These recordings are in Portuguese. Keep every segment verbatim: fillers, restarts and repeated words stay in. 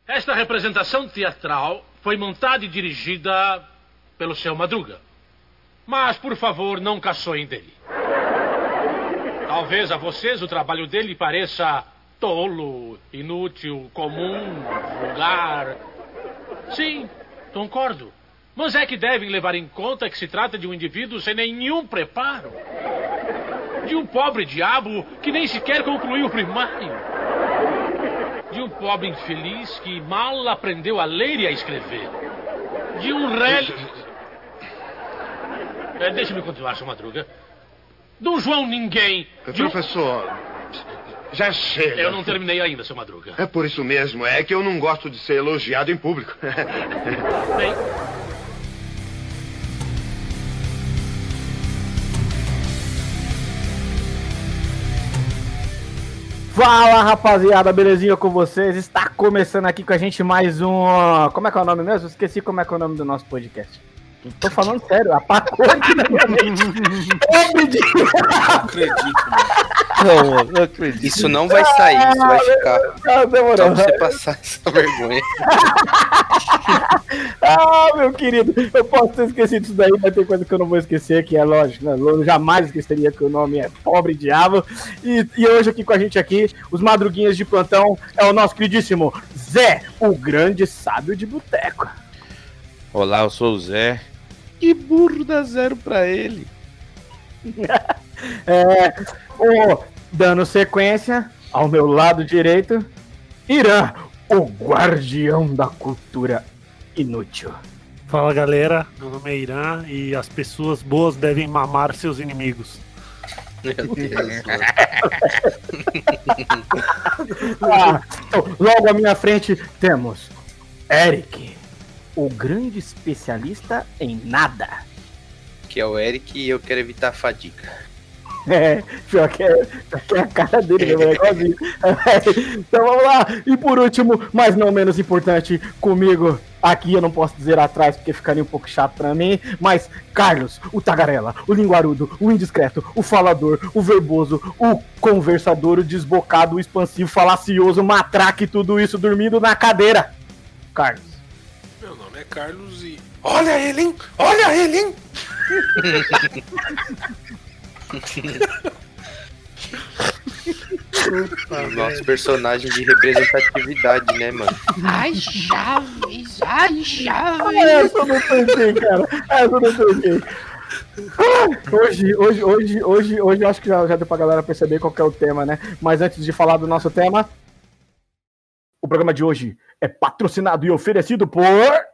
Esta representação teatral foi montada e dirigida pelo seu Madruga. Mas, por favor, não caçoem dele. Talvez a vocês o trabalho dele pareça tolo, inútil, comum, vulgar. Sim, concordo. Mas é que devem levar em conta que se trata de um indivíduo sem nenhum preparo. De um pobre diabo que nem sequer concluiu o primário. De um pobre infeliz que mal aprendeu a ler e a escrever. De um rei... É, deixa-me continuar, seu Madruga. De um João Ninguém. De Professor, um... já chega. Eu não terminei ainda, seu Madruga. É por isso mesmo, é que eu não gosto de ser elogiado em público. Bem... Fala, rapaziada, belezinha com vocês? Está começando aqui com a gente mais um... Como é que é o nome mesmo? Esqueci como é que é o nome do nosso podcast. Tô falando sério, apagou aqui na minha mente. Não acredito, mano. Não, não acredito. Isso não vai sair, isso vai ficar. Ah, demorou. Só pra você passar essa vergonha. Ah, meu querido, eu posso ter esquecido isso daí, mas tem coisa que eu não vou esquecer, que é lógico, né? Eu jamais esqueceria que o nome é Pobre Diabo. E, e hoje aqui com a gente aqui, os madruguinhas de plantão, é o nosso queridíssimo Zé, o grande sábio de boteco. Olá, eu sou o Zé. Que burro dá zero pra ele. É, oh, dando sequência, ao meu lado direito, Irã, o guardião da cultura inútil. Fala, galera, meu nome é Irã e as pessoas boas devem mamar seus inimigos. Meu Deus. Ah, então, logo à minha frente temos Eric, o grande especialista em nada. Que é o Eric e eu quero evitar a fadiga. É, pior que é, pior que é a cara dele, meu igualzinho. Então vamos lá. E por último, mas não menos importante, comigo, aqui eu não posso dizer atrás porque ficaria um pouco chato pra mim, mas Carlos, o tagarela, o linguarudo, o indiscreto, o falador, o verboso, o conversador, o desbocado, o expansivo, falacioso, o matraque, tudo isso dormindo na cadeira. Carlos. Meu nome é Carlos e... Olha ele, hein? Olha ele, hein? Nosso personagem de representatividade, né, mano? Ai, Chaves, ai, Chaves. Essa eu não pensei, cara. Essa eu não pensei. Hoje, hoje, hoje, hoje, hoje eu acho que já, já deu pra galera perceber qual que é o tema, né? Mas antes de falar do nosso tema, o programa de hoje é patrocinado e oferecido por...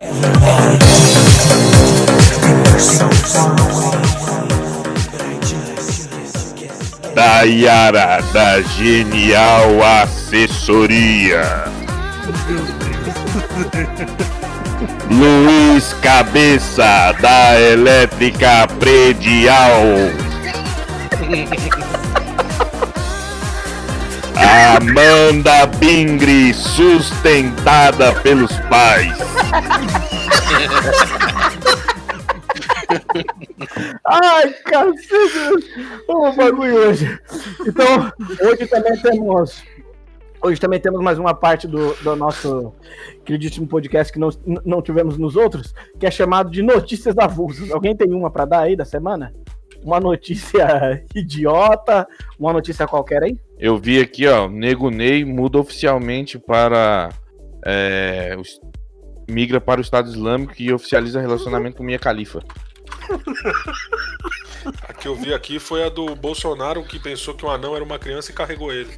Dayara, da Genial Assessoria. Luiz Cabeça, da Elétrica Predial. Amanda Bingri, sustentada pelos pais. Ai, cacete! Vamos bagulho hoje. Então, hoje também temos... Hoje também temos mais uma parte do, do nosso queridíssimo podcast que não, não tivemos nos outros, que é chamado de Notícias Avulsas. Alguém tem uma pra dar aí da semana? Uma notícia idiota, uma notícia qualquer aí? Eu vi aqui, ó, Nego Ney muda oficialmente para... É, os, migra para o Estado Islâmico e oficializa relacionamento com Mia Khalifa. A que eu vi aqui foi a do Bolsonaro, que pensou que um anão era uma criança e carregou ele.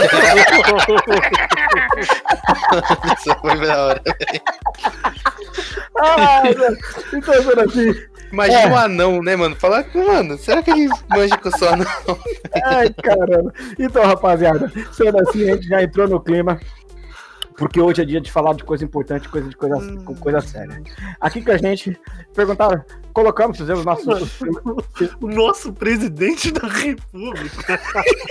Isso foi da hora. Ah, então, assim... Imagina É. um anão, né, mano? Falar, mano, será que ele manja com o seu anão? Ai, caramba. Então, rapaziada, sendo assim, a gente já entrou no clima, porque hoje é dia de falar de coisa importante, coisa de coisa, com coisa séria. Aqui com a gente, perguntaram, colocamos, fizemos nossos... O nosso presidente da república.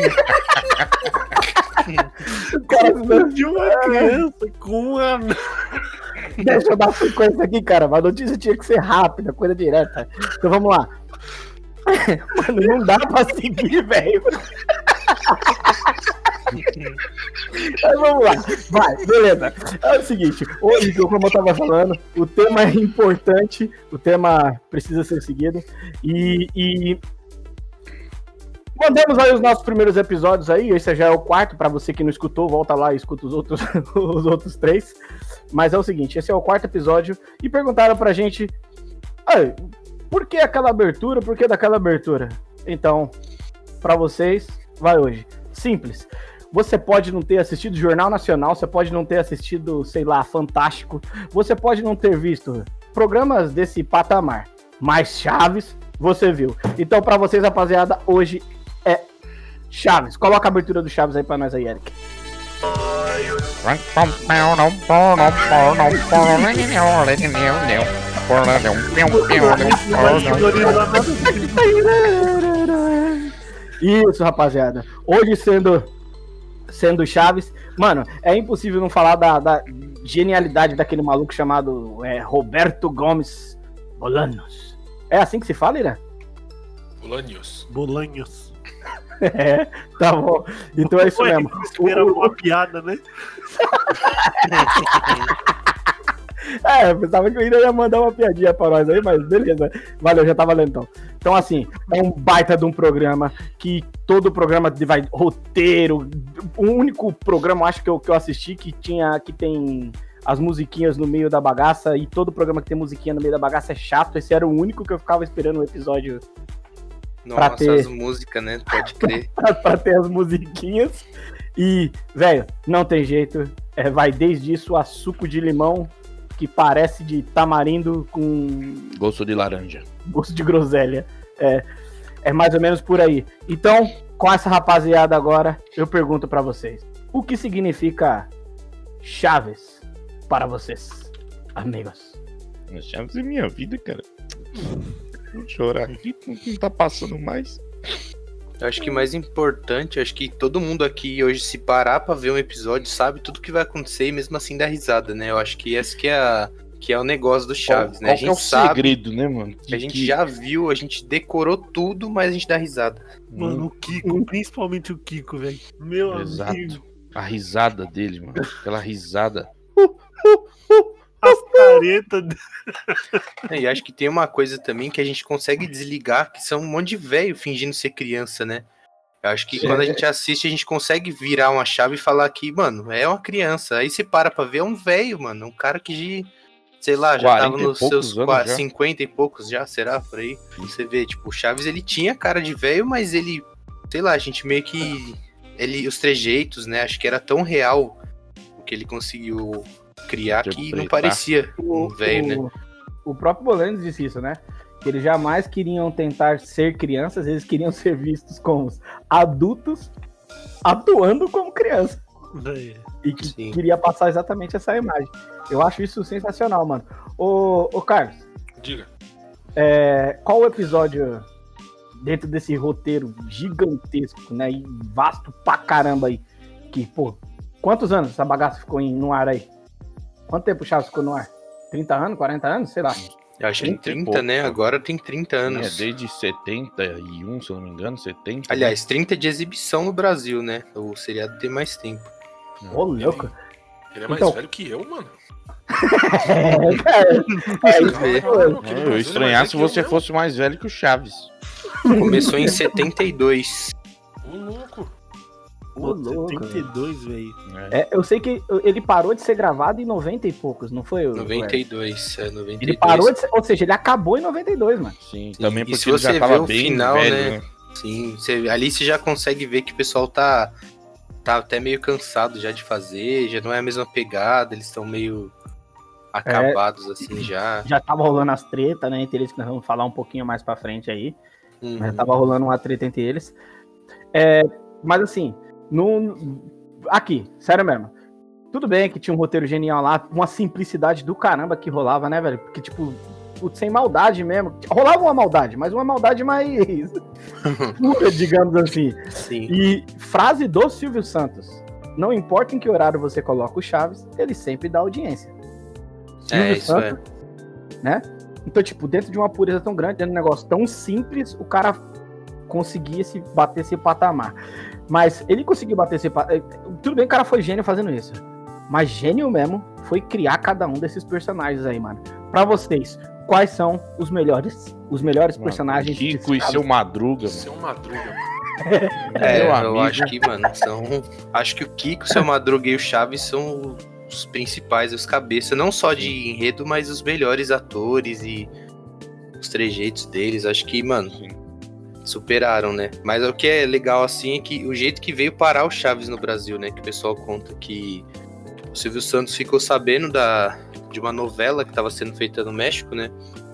O cara de uma criança com um anão. Deixa eu dar sequência aqui, cara. A notícia tinha que ser rápida, coisa direta. Então vamos lá. Mano, não dá pra seguir, velho. Mas vamos lá, vai, beleza. É o seguinte, hoje, como eu tava falando, o tema é importante, o tema precisa ser seguido, e, e mandamos aí os nossos primeiros episódios aí, esse já é o quarto, pra você que não escutou, volta lá e escuta os outros, os outros três, mas é o seguinte, esse é o quarto episódio, e perguntaram pra gente, por que aquela abertura, por que daquela abertura? Então, pra vocês, vai hoje. Simples. Você pode não ter assistido Jornal Nacional, você pode não ter assistido, sei lá, Fantástico, você pode não ter visto programas desse patamar, mas Chaves você viu. Então, pra vocês, rapaziada, hoje é Chaves. Coloca a abertura do Chaves aí pra nós aí, Eric. Isso, rapaziada. Hoje sendo sendo Chaves, mano, é impossível não falar da, da genialidade daquele maluco chamado é, Roberto Gomes Bolaños. É assim que se fala, Irã? Bolaños. Bolaños. É, tá bom. Então é isso Ué, mesmo. Era uma piada, né? É, eu pensava que o Ira ia mandar uma piadinha pra nós aí, mas beleza. Valeu, já tá valendo então. Então, assim, é um baita de um programa que todo programa vai roteiro. O único programa, acho que eu, que eu assisti que tinha, que tem as musiquinhas no meio da bagaça, e todo programa que tem musiquinha no meio da bagaça é chato. Esse era o único que eu ficava esperando o episódio. Nossa, ter... as músicas, né? Pode crer. pra, pra ter as musiquinhas. E, velho, não tem jeito. É, vai desde isso a suco de limão, que parece de tamarindo com Gosto de laranja. gosto de groselha. É, é mais ou menos por aí. Então, com essa rapaziada agora, eu pergunto pra vocês. O que significa Chaves para vocês, amigos? Chaves é minha vida, cara. Vou chorar aqui, não tá passando mais. Eu acho que mais importante, acho que todo mundo aqui hoje, se parar pra ver um episódio, sabe tudo que vai acontecer e mesmo assim dá risada, né? Eu acho que esse que é, a, que é o negócio do Chaves, qual, né? A qual gente é o sabe, segredo, né, mano? que a gente já viu, a gente decorou tudo, mas a gente dá risada. Mano, o Kiko, principalmente o Kiko, velho. Meu Exato. amigo. A risada dele, mano. Aquela risada. As caretas. E acho que tem uma coisa também que a gente consegue desligar, que são um monte de velho fingindo ser criança, né? Eu acho que Sim. quando a gente assiste, a gente consegue virar uma chave e falar que, mano, é uma criança. Aí você para pra ver, é um velho, mano. Um cara que, sei lá, já tava nos seus já. cinquenta e poucos já, será? Por aí. Você vê, tipo, o Chaves, ele tinha cara de velho, mas ele, sei lá, a gente meio que... Ele, os trejeitos, né? Acho que era tão real o que ele conseguiu criar que não parecia um velho, né? O próprio Bolaños disse isso, né? Que eles jamais queriam tentar ser crianças, eles queriam ser vistos como adultos atuando como criança. Véio. E que Sim. queria passar exatamente essa imagem. Eu acho isso sensacional, mano. Ô, ô Carlos, Diga. é, qual o episódio dentro desse roteiro gigantesco, né? E vasto pra caramba aí, que, pô, quantos anos essa bagaça ficou em, no ar aí? Quanto tempo o Chaves ficou no ar? trinta anos, quarenta anos? Sei lá. Eu acho que trinta e trinta, pouco. né? Agora tem trinta É, anos. desde setenta e um, se eu não me engano, setenta. Aliás, trinta de exibição no Brasil, né? O seriado tem mais tempo. Ô, louco. Ele é mais Então- velho que eu, mano. É, cara. É isso É. mesmo. Caralho, que É, ele eu ia é estranhar mais se velho que você eu mesmo. fosse mais velho que o Chaves. Começou em setenta e dois. Ô, louco. Ô, louco. setenta e dois, velho. É. É, eu sei que ele parou de ser gravado em noventa e poucos, não foi? noventa e dois, é, noventa e dois. Ele parou de ser, ou seja, ele acabou em noventa e dois, mano. Sim, também E porque se ele você já tava vê o bem final, velho, né? né? Sim, você- ali você já consegue ver que o pessoal tá, tá até meio cansado já de fazer, já não é a mesma pegada, eles estão meio acabados assim já. Já tava rolando as tretas, né, entre eles, que nós vamos falar um pouquinho mais pra frente aí. Uhum. Mas tava rolando uma treta entre eles. É, mas assim, no, aqui, sério mesmo. Tudo bem que tinha um roteiro genial lá, uma simplicidade do caramba que rolava, né, velho? Porque, tipo, putz, sem maldade mesmo. Rolava uma maldade, mas uma maldade mais pura, digamos assim. Sim. E frase do Silvio Santos: não importa em que horário você coloca o Chaves, ele sempre dá audiência. É, isso é. Né? Então, tipo, dentro de uma pureza tão grande, dentro de um negócio tão simples, o cara conseguia se bater esse patamar. Mas ele conseguiu bater esse... pa- eh, Tudo bem que o cara foi gênio fazendo isso. Mas gênio mesmo foi criar cada um desses personagens aí, mano. Pra vocês, quais são os melhores, os melhores Mano, personagens de Kiko e Chaves? seu Madruga, mano. Seu Madruga, mano. É, Meu eu amigo. acho que, mano, são. Acho que o Kiko, o Seu Madruga e o Chaves são os principais, os cabeças, não só de enredo, mas os melhores atores e os trejeitos deles. Acho que, mano, superaram, né? Mas o que é legal, assim, é que o jeito que veio parar o Chaves no Brasil, né? Que o pessoal conta que o Silvio Santos ficou sabendo da, de uma novela que estava sendo feita no México, né?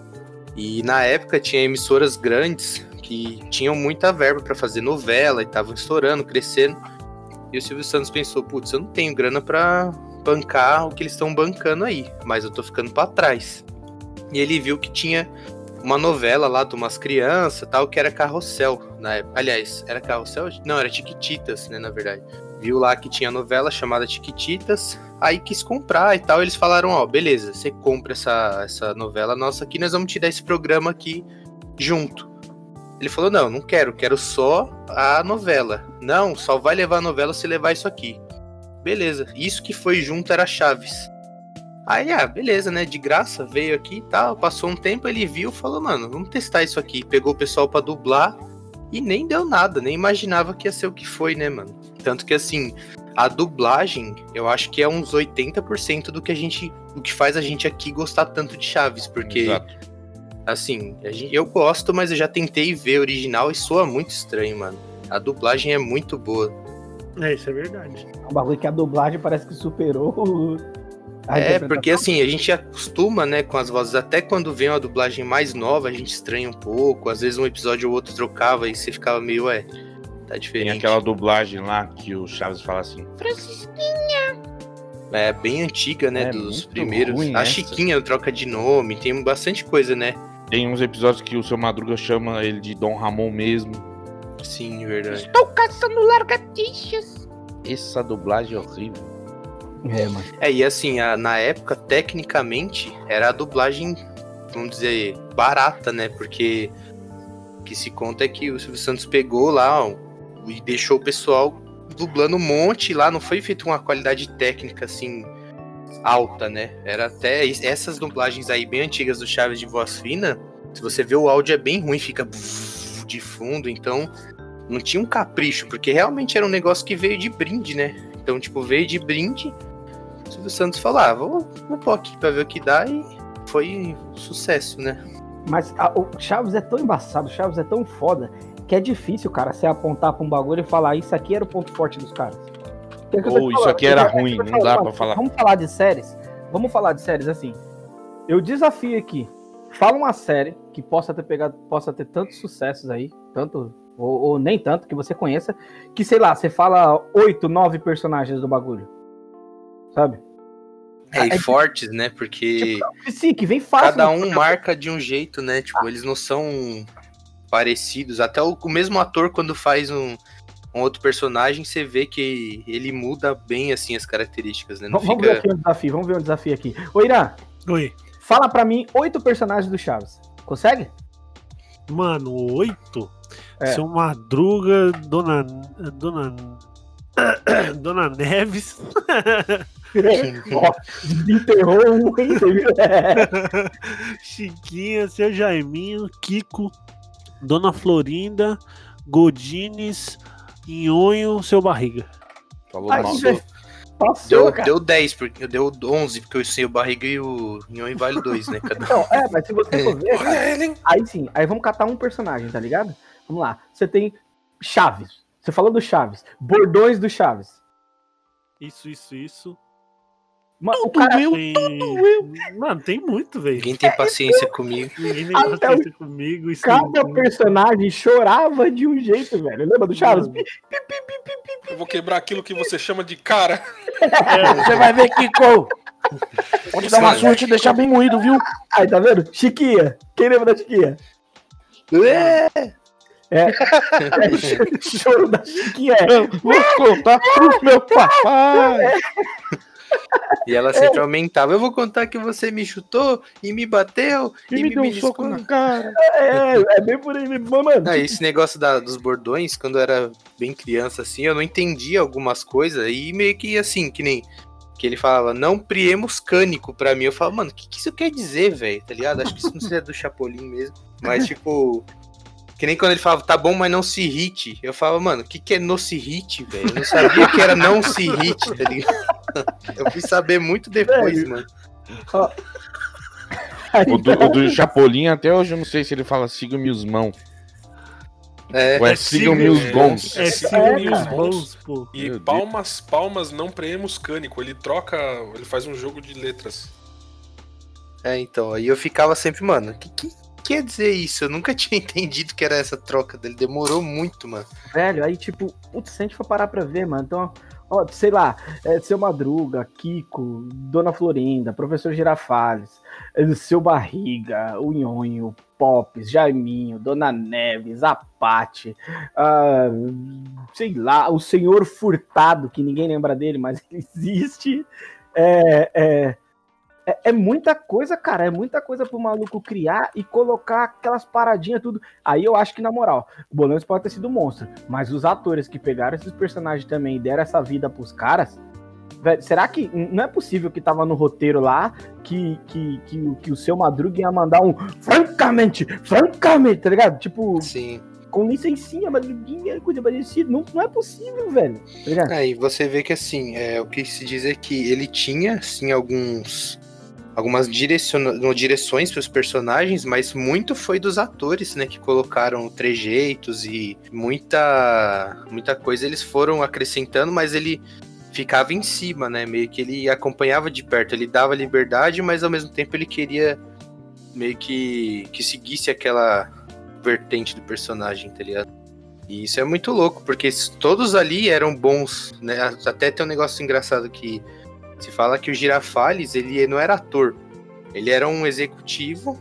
E na época tinha emissoras grandes que tinham muita verba pra fazer novela e estavam estourando, crescendo. E o Silvio Santos pensou, putz, eu não tenho grana pra bancar o que eles estão bancando aí, mas eu tô ficando pra trás. E ele viu que tinha uma novela lá de umas crianças, tal, que era Carrossel na época. Aliás, era Carrossel? Não, era Chiquititas, né, na verdade. Viu lá que tinha novela chamada Chiquititas, aí quis comprar e tal. Eles falaram, ó, beleza, você compra essa, essa novela nossa aqui, nós vamos te dar esse programa aqui junto. Ele falou, não, não quero, quero só a novela. Não, só vai levar a novela se levar isso aqui. Beleza, isso que foi junto era Chaves. Aí, ah, beleza, né, de graça, veio aqui e tal, passou um tempo, ele viu e falou, mano, vamos testar isso aqui. Pegou o pessoal pra dublar e nem deu nada, nem imaginava que ia ser o que foi, né, mano. Tanto que, assim, a dublagem, eu acho que é uns oitenta por cento do que a gente, o que faz a gente aqui gostar tanto de Chaves, porque... Exato. Assim, a gente, eu gosto, mas eu já tentei ver original e soa muito estranho, mano. A dublagem é muito boa. É, isso é verdade. É um bagulho que a dublagem parece que superou o- a É, interpretação. porque assim, a gente acostuma, né, com as vozes. Até quando vem uma dublagem mais nova, a gente estranha um pouco. Às vezes um episódio ou outro trocava e você ficava meio, ué, tá Tem diferente. aquela dublagem lá que o Chaves fala assim. É bem antiga, né, É dos muito primeiros. ruim A essa. Chiquinha troca de nome, tem bastante coisa, né? Tem uns episódios que o seu Madruga chama ele de Dom Ramon mesmo. Sim, verdade. Estou caçando lagartixas. Essa dublagem é horrível. É, mano. É, e assim, a- na época, tecnicamente, era a dublagem, vamos dizer, barata, né? Porque o que se conta é que o Silvio Santos pegou lá ó, e deixou o pessoal dublando um monte lá, não foi feito uma qualidade técnica, assim, alta, né? Era até essas dublagens aí bem antigas do Chaves de voz fina, se você vê o áudio é bem ruim, fica de fundo, então não tinha um capricho, porque realmente era um negócio que veio de brinde, né? Então, tipo, veio de brinde, o Silvio Santos falou, ah, vou, vou pôr aqui pra ver o que dá, e foi um sucesso, né? Mas a- o Chaves é tão embaçado, o Chaves é tão foda, que é difícil, cara, você apontar pra um bagulho e falar isso aqui era o ponto forte dos caras. Que é que eu tô Ou te isso falando, aqui era é que eu tô ruim, te não falando, dá mano, pra falar. Vamos falar de séries? Vamos falar de séries assim. Eu desafio aqui. Fala uma série que possa ter pegado, possa ter tantos sucessos aí, tanto ou, ou nem tanto que você conheça, que sei lá, você fala oito, nove personagens do bagulho, sabe? É, e É, fortes, né? Porque Sim, que vem fácil. cada né? um marca de um jeito, né? Tipo, eles não são parecidos. Até o, o mesmo ator, quando faz um, um outro personagem, você vê que ele muda bem, assim, as características, né? Não Vamos ver fica... aqui um desafio, vamos ver um desafio aqui. Ô, Irã, Oi. fala pra mim oito personagens do Chaves. Consegue? Mano, oito? É. Seu Madruga, Dona. Dona. Dona Neves. Ó, enterrou um, hein, você viu? Chiquinha, seu Jaiminho, Kiko, Dona Florinda, Godines, Nhonho, seu Barriga. Falou Ai, mal. velho. Passou, Deu, cara. deu dez, porque deu onze, porque eu sei o Barriga e o Nhonho vale dois, né? Cada um. Não, é, mas se você for ver, cara, aí sim, aí vamos catar um personagem, tá ligado? Vamos lá. Você tem Chaves. Você falou do Chaves. Bordões do Chaves. Isso, isso, isso. Mano, o cara, Tem... Mano, tem muito, velho. Ninguém tem paciência comigo. Ninguém tem Até paciência comigo. Isso cada tem- personagem chorava de um jeito, velho. Lembra do Chaves? Mano. Eu vou quebrar aquilo que você chama de cara. Você vai ver, Kiko. Pode dar uma surra e te deixar bem moído, viu? Aí, tá vendo? Chiquinha. Quem lembra da Chiquinha? É. É, choro da Chiquinha. É. Vou contar pro meu papai. E ela sempre é. aumentava. Eu vou contar que você me chutou e me bateu e, e me, me deu um soco na cara. É, é bem por aí mesmo, mano. Ah, esse negócio da, dos bordões, quando eu era bem criança, assim, eu não entendia algumas coisas e meio que assim, que nem que ele falava, não priemos cânico pra mim. Eu falava, mano, o que, que isso quer dizer, velho? Tá ligado? Acho que isso não seria do Chapolin mesmo. Mas, tipo, que nem quando ele falava, tá bom, mas não se irrite. Eu falava, mano, o que, que é não se irrite, velho? Eu não sabia que era não se irrite, tá ligado? Eu fui saber muito depois, é, mano. Ó. O do, o do Chapolin, até hoje eu não sei se ele fala siga-me os mãos. É, Ou é sigam-me os bons. É sigam-me os bons, pô. E palmas, palmas, não preemos cânico. Ele troca, ele faz um jogo de letras. É, então, aí eu ficava sempre, mano, o que, que quer dizer isso? Eu nunca tinha entendido que era essa troca dele. Demorou muito, mano. Velho, aí tipo, putz, se a gente for parar pra ver, mano, então, ó, sei lá, é, Seu Madruga, Kiko, Dona Florinda, Professor Girafales, é, Seu Barriga, o Nhonho, Pops, Jaiminho, Dona Neves, a Paty, uh, sei lá, o Senhor Furtado, que ninguém lembra dele, mas ele existe. É, é, é, é muita coisa, cara, é muita coisa pro maluco criar e colocar aquelas paradinhas, tudo. Aí eu acho que, na moral, o Bolanos pode ter sido um monstro, mas os atores que pegaram esses personagens também e deram essa vida pros caras, velho, será que não é possível que tava no roteiro lá que, que, que, que o Seu Madruga ia mandar um francamente, francamente, tá ligado? Tipo, sim, com licencinha, Madruguinha, coisa parecida. Não, não é possível, velho. Tá ligado? Aí você vê que, assim, é, o que se diz é que ele tinha, sim, alguns... algumas direciona... direções para os personagens, mas muito foi dos atores, né, que colocaram trejeitos e muita, muita coisa eles foram acrescentando, mas ele ficava em cima, né, meio que ele acompanhava de perto, ele dava liberdade, mas ao mesmo tempo ele queria meio que, que seguisse aquela vertente do personagem, tá ligado? E isso é muito louco, porque todos ali eram bons, né, até tem um negócio engraçado que se fala que o Girafales, ele não era ator, ele era um executivo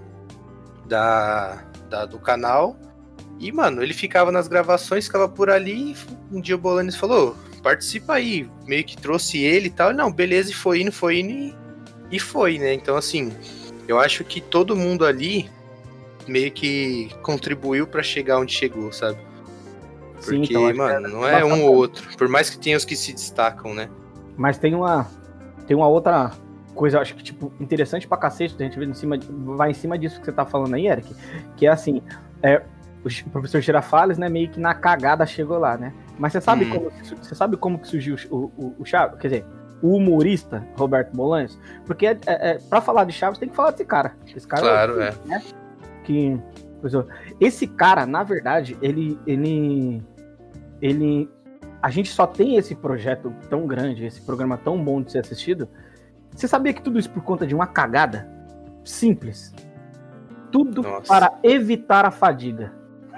da, da, do canal, e, mano, ele ficava nas gravações, ficava por ali, e um dia o Bolanes falou, participa aí, meio que trouxe ele e tal, não, beleza, e foi indo, foi indo, e, e foi, né, então, assim, eu acho que todo mundo ali meio que contribuiu pra chegar onde chegou, sabe? Porque, Sim, então, mano, não é um ou outro, por mais que tenha os que se destacam, né? Mas tem uma... Tem uma outra coisa, acho que, tipo, interessante pra cacete, a gente vê em cima, vai em cima disso que você tá falando aí, Eric, que é assim, é, o professor Girafales, né, meio que na cagada chegou lá, né? Mas você sabe, hum. como, você sabe como que surgiu o, o, o Chaves? Quer dizer, o humorista Roberto Bolanos? Porque é, é, pra falar de Chaves tem que falar desse cara. Esse cara claro, é. Né? Que, esse cara, na verdade, ele... ele, ele a gente só tem esse projeto tão grande, esse programa tão bom de ser assistido. Você sabia que tudo isso por conta de uma cagada? Simples. Tudo Nossa. Para evitar a fadiga.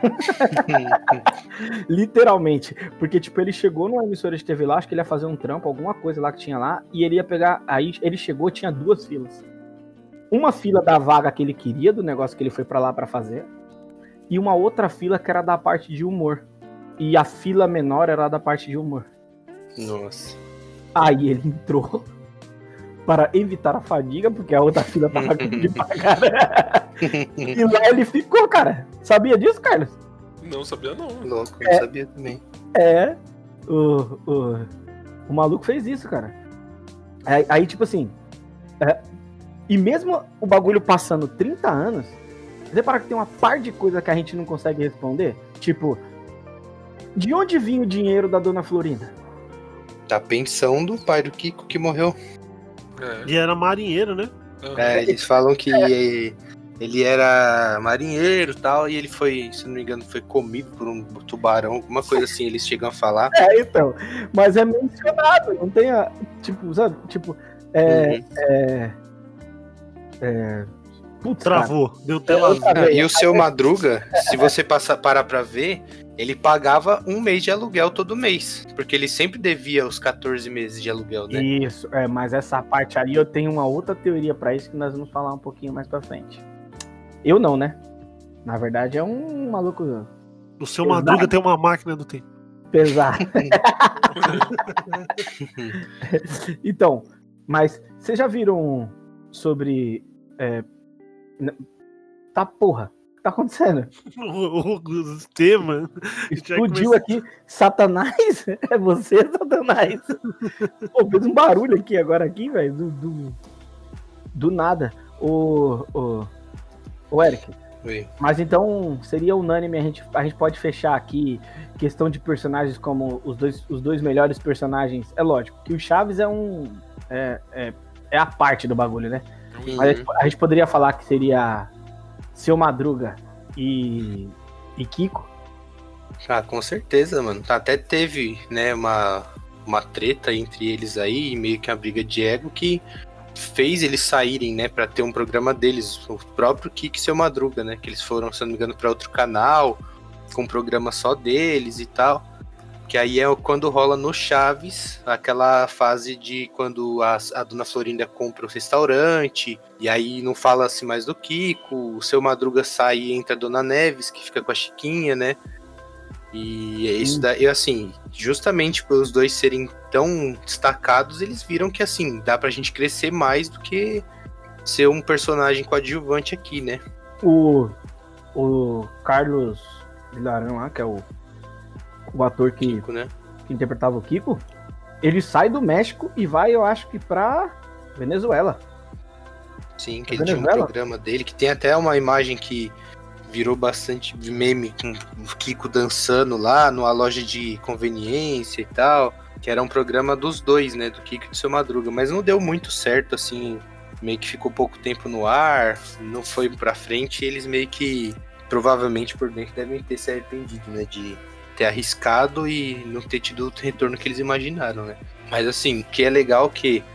Literalmente. Porque, tipo, ele chegou numa emissora de T V lá, acho que ele ia fazer um trampo, alguma coisa lá que tinha lá, e ele ia pegar... Aí ele chegou, tinha duas filas. Uma fila da vaga que ele queria, do negócio que ele foi pra lá pra fazer, e uma outra fila que era da parte de humor. E a fila menor era da parte de humor. Nossa. Aí ele entrou para evitar a fadiga, porque a outra fila tava de pagar. E lá ele ficou, cara. Sabia disso, Carlos? Não sabia, não. Louco, eu é, sabia também. É. O, o, o maluco fez isso, cara. Aí, aí tipo assim... É, e mesmo o bagulho passando trinta anos, você repara que tem uma par de coisa que a gente não consegue responder? Tipo... De onde vinha o dinheiro da Dona Florinda? Da pensão do pai do Kiko que morreu. É. E era marinheiro, né? É, eles falam que é. ele era marinheiro e tal, e ele foi, se não me engano, foi comido por um tubarão, alguma coisa assim, eles chegam a falar. É, então. Mas é mencionado, não tem a... Tipo, sabe? Tipo, é... Uhum. é, é Putz, Travou, cara. Deu tela. Ah, e o Seu Madruga, se você passar, parar pra ver, ele pagava um mês de aluguel todo mês, porque ele sempre devia os catorze meses de aluguel, né? Isso, é, mas essa parte aí eu tenho uma outra teoria pra isso que nós vamos falar um pouquinho mais pra frente. Eu não, né? Na verdade é um maluco... O Seu Madruga tem uma máquina do tempo. Pesado. Então, Mas vocês já viram sobre... É, tá porra, o que tá acontecendo? O, o tema... Explodiu aqui, Satanás? É você, Satanás? Pô, fez um barulho aqui agora, aqui, velho, do, do, do nada. O, o, o Eric, Oi. Mas então seria unânime, a gente, a gente pode fechar aqui questão de personagens como os dois, os dois melhores personagens. É lógico que o Chaves é um é, é, é a parte do bagulho, né? Uhum. Mas a gente, a gente poderia falar que seria Seu Madruga e, e Kiko. Ah, com certeza, mano. Até teve, né, uma, uma treta entre eles aí, meio que uma briga de ego que fez eles saírem, né, pra ter um programa deles, o próprio Kiko e Seu Madruga, né, que eles foram, se não me engano, pra outro canal, com um programa só deles e tal, que aí é quando rola no Chaves, aquela fase de quando a, a Dona Florinda compra o restaurante, e aí não fala-se mais do Kiko, o Seu Madruga sai e entra a Dona Neves, que fica com a Chiquinha, né, e é isso daí, assim, justamente pelos dois serem tão destacados, eles viram que, assim, dá pra gente crescer mais do que ser um personagem coadjuvante aqui, né? O, o Carlos Vilarão lá, que é o, o ator que, Kiko, né? que interpretava o Kiko, ele sai do México e vai, eu acho que pra Venezuela. Sim, que A ele tinha um Venezuela? programa dele, que tem até uma imagem que virou bastante meme com o Kiko dançando lá numa loja de conveniência e tal, que era um programa dos dois, né, do Kiko e do Seu Madruga, mas não deu muito certo, assim, meio que ficou pouco tempo no ar, não foi pra frente, e eles meio que, provavelmente por dentro, devem ter se arrependido, né, de ter arriscado e não ter tido o retorno que eles imaginaram, né. Mas assim, o que é legal que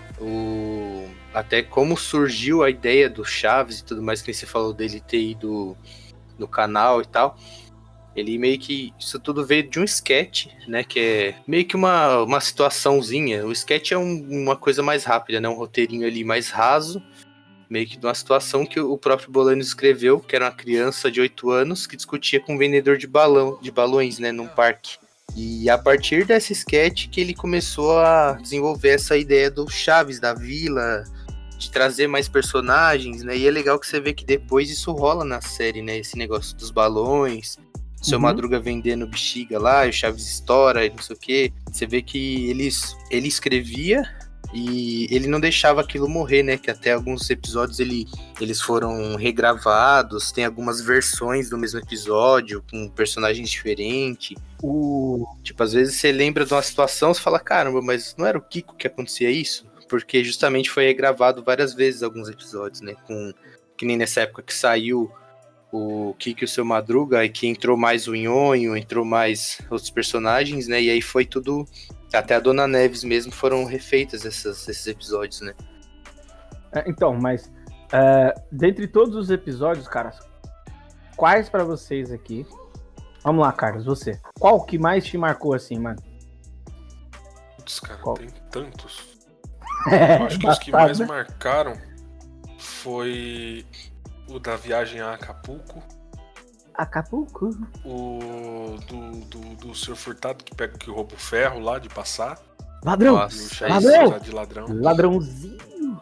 o... até como surgiu a ideia do Chaves e tudo mais, que você falou dele ter ido no canal e tal, ele meio que, isso tudo veio de um sketch, né, que é meio que uma, uma situaçãozinha. O sketch é um, uma coisa mais rápida, né, um roteirinho ali mais raso, meio que de uma situação que o próprio Bolano escreveu, que era uma criança de oito anos que discutia com um vendedor de balão, de balões, né, num parque. E a partir desse sketch que ele começou a desenvolver essa ideia do Chaves, da vila, de trazer mais personagens, né? E é legal que você vê que depois isso rola na série, né? Esse negócio dos balões, Seu Uhum. Madruga vendendo bexiga lá, e o Chaves estoura e não sei o quê. Você vê que ele, ele escrevia e ele não deixava aquilo morrer, né? Que até alguns episódios ele, eles foram regravados, tem algumas versões do mesmo episódio, com personagens diferentes. O... Tipo, às vezes você lembra de uma situação, você fala, caramba, mas não era o Kiko que acontecia isso? Porque justamente foi regravado várias vezes alguns episódios, né? Com, que nem nessa época que saiu o Kiko e o Seu Madruga, e que entrou mais o Nhonho, entrou mais outros personagens, né? E aí foi tudo... Até a Dona Neves mesmo foram refeitas essas, esses episódios, né? É, então, mas é, dentre todos os episódios, cara, quais pra vocês aqui... Vamos lá, Carlos, você. Qual que mais te marcou assim, mano? Putz, cara, Qual? tem tantos. É, Eu acho que os que bastante, mais né? marcaram foi o da viagem a Acapulco, Acapulco. o do, do, do senhor Furtado que pega que rouba o ferro lá de passar, Ladrão! Nossa, e o isso Chaves ladrão! usar de ladrão. Ladrãozinho.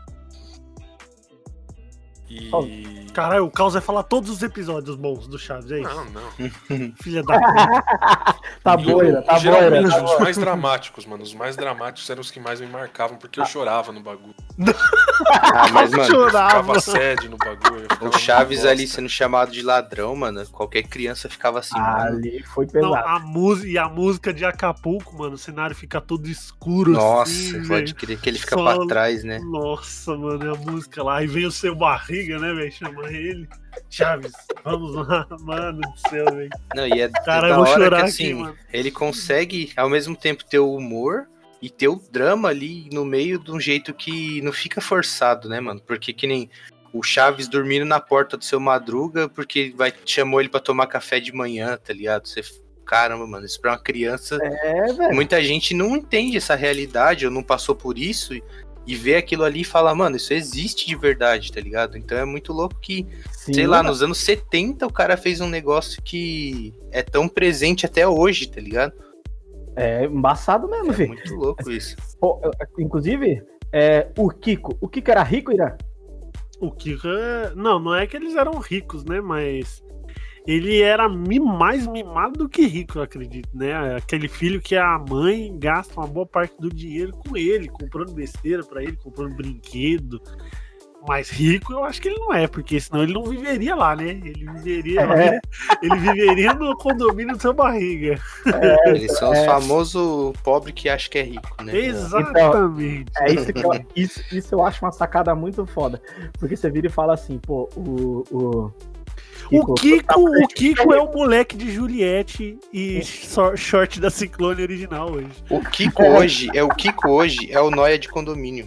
E. Caralho, o Caos vai falar todos os episódios bons do Chaves, é isso? Não, não. Filha da puta. Tá E boira, o- tá geralmente boira. Tá os boira. mais dramáticos, mano. Os mais dramáticos eram os que mais me marcavam, porque eu chorava no bagulho. Ah, mas, mano, Chorava. Ficava sede no bagulho. eu ficava o Chaves muito ali bosta. sendo chamado de ladrão, mano, qualquer criança ficava assim, mano. Ali foi Não, pesado. a música, e a música de Acapulco, mano, o cenário fica todo escuro Nossa, assim, pode velho. crer que ele fica Só- pra trás, né? Nossa, mano, é a música lá. Aí vem o seu barriga, né, velho? Chama ele. Chaves, vamos lá, mano do céu, velho. Não, e é Cara, eu da vou hora chorar que, aqui, assim, mano. ele consegue, ao mesmo tempo, ter o humor e ter o drama ali no meio de um jeito que não fica forçado, né, mano? Porque que nem o Chaves dormindo na porta do Seu Madruga porque vai, chamou ele pra tomar café de manhã, tá ligado? Você, caramba, mano, isso pra uma criança... É, velho. Muita gente não entende essa realidade ou não passou por isso e, e vê aquilo ali e fala, mano, isso existe de verdade, tá ligado? Então é muito louco que, Sim, sei lá, mano. nos anos setenta o cara fez um negócio que é tão presente até hoje, tá ligado? É embaçado mesmo, É filho. muito louco isso. Pô, eu- inclusive, É, o Kiko. O Kiko era rico, Irã? O Kiko. é- Não, não é que eles eram ricos, né? Mas. Ele era mi- mais mimado do que rico, eu acredito, né? Aquele filho que a mãe gasta uma boa parte do dinheiro com ele, comprando besteira pra ele, comprando brinquedo. Mas rico eu acho que ele não é, porque senão ele não viveria lá, né? Ele viveria, É. ele viveria no condomínio do seu barriga. Eles são os É. famosos pobres que acham que é rico, né? Exatamente. É isso que eu, isso, isso eu acho uma sacada muito foda. Porque você vira e fala assim, pô, o. O O Kiko, o Kiko é o moleque de Juliette e so- short da Ciclone original hoje. O Kiko hoje, é o Kiko hoje, é o Noia de condomínio.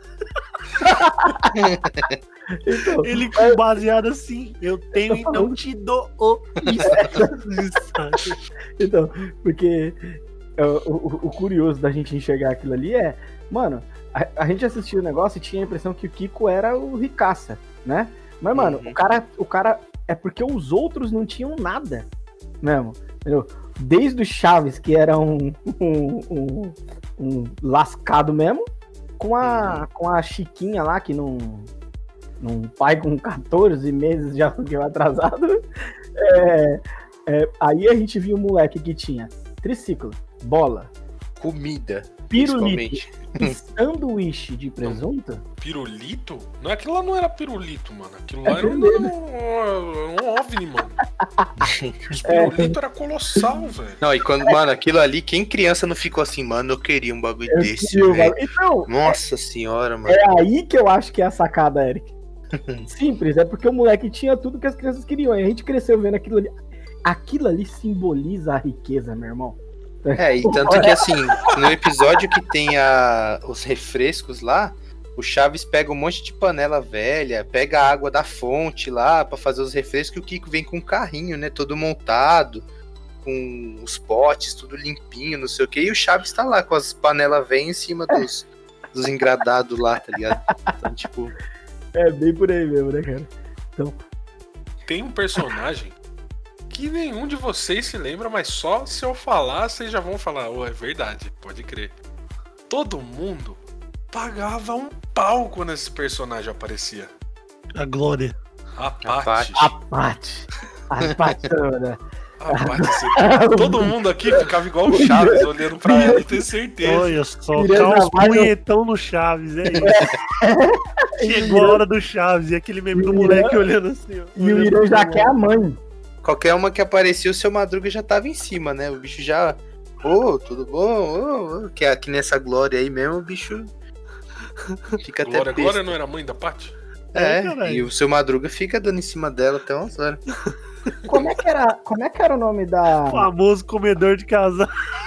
Então, Ele com baseado assim, eu tenho e não te dou. então, porque é, o, o- o curioso da gente enxergar aquilo ali é, mano, a, a gente assistiu o negócio e tinha a impressão que o Kiko era o ricaça, né? Mas, mano, Uhum. o cara, o cara é porque os outros não tinham nada mesmo, entendeu? Desde o Chaves, que era um, um, um, um lascado mesmo, com a, com a Chiquinha lá, que não. Um pai com catorze meses já ficou atrasado. É, é, aí a gente viu um moleque que tinha triciclo, bola, Comida, pirulito principalmente. e sanduíche de presunto. Pirulito? Não, aquilo lá não era pirulito, mano. Aquilo É lá era um, pirulito. um, um OVNI, mano. Os É. pirulito era colossal, velho. Não, e quando, mano, aquilo ali, quem criança não ficou assim, mano, eu queria um bagulho Eu desse, queria o velho. bagulho. Então, Nossa senhora, mano. é aí que eu acho que é a sacada, Eric. Simples, é porque o moleque tinha tudo que as crianças queriam. E a gente cresceu vendo aquilo ali. Aquilo ali simboliza a riqueza, meu irmão. É, e tanto que assim, no episódio que tem a, os refrescos lá, o Chaves pega um monte de panela velha, pega a água da fonte lá pra fazer os refrescos, e o Kiko vem com um carrinho, né, todo montado, com os potes, tudo limpinho, não sei o que, e o Chaves tá lá com as panelas velhas em cima dos, dos engradados lá, tá ligado? Então, tipo... É bem por aí mesmo, né, cara? Então, Tem um personagem que nenhum de vocês se lembra, mas só se eu falar, vocês já vão falar, oh, é verdade, pode crer. Todo mundo pagava um pau quando esse personagem aparecia. A Glória. A Paty. Paty. a Paty. A Patona. A Paty, assim, todo mundo aqui ficava igual o Chaves, olhando pra ela, eu tenho certeza. Olha só, Miranda cá os vai no- punhetão no Chaves, é isso. Chegou a hora do Chaves e aquele meme E do o moleque Irã- olhando assim. ó, E o olhando Irã pro já celular. quer a mãe. Qualquer uma que aparecia, o seu Madruga já tava em cima, né? O bicho já... Ô, tudo bom? Ô, ô. Que aqui nessa Glória aí mesmo, o bicho... Fica até Glória, besta. Glória não era mãe da Paty? É, É, caralho. e o seu Madruga fica dando em cima dela até umas horas. Como é que era, como é que era o nome da. Famoso comedor de casal.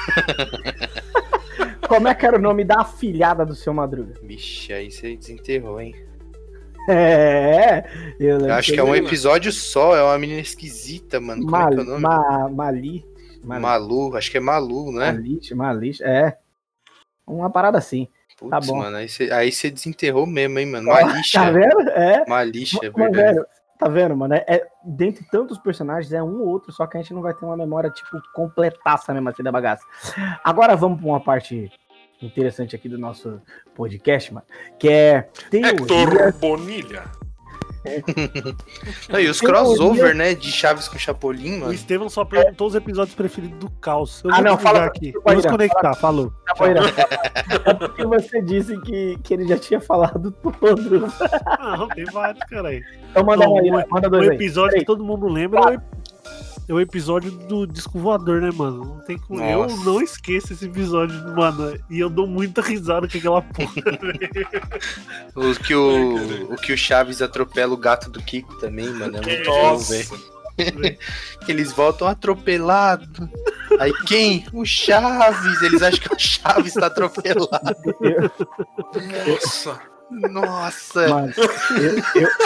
Como é que era o nome da afilhada do seu Madruga? Vixe, aí você desenterrou, hein? É, eu lembro. Eu acho que é um episódio só, é uma menina esquisita, mano. Como Mal, é que é o nome? Ma, Mali. Mali- Malu, acho que é Malu, né? Maliche, Maliche, é. Uma parada assim. Putz, tá bom. mano, aí você aí você desenterrou mesmo, hein, mano? Tá Malixa. vendo? É. Malixa, é Mas, verdade. velho, tá vendo, mano? É, é- dentre tantos personagens, é um ou outro, só que a gente não vai ter uma memória, tipo, completaça mesmo assim da bagaça. Agora vamos pra uma parte interessante aqui do nosso podcast, mano, que é Hector teoria. Bonilha. Não, e os Teoria- crossover, né, de Chaves com Chapolin, O mano. Estevam só perguntou os episódios preferidos do Caos. Eu Ah, vou não, desligar fala- aqui. fala- Vamos conectar, falou. Capoeira. É porque você disse que, que ele já tinha falado tudo. Não, tem vários, caralho. Então manda Não, aí, o- manda O dois aí. episódio Peraí. que todo mundo lembra é o, ep- é o episódio do disco voador, né, mano? Não tem como. Eu Nossa. não esqueço esse episódio, mano. E eu dou muita risada com aquela porra. O que o, o que o Chaves atropela o gato do Kiko também, mano. É muito bom, Nossa. velho. Eles voltam atropelado. Aí quem? O Chaves. Eles acham que o Chaves tá atropelado. Nossa. Nossa. Mano, eu, eu-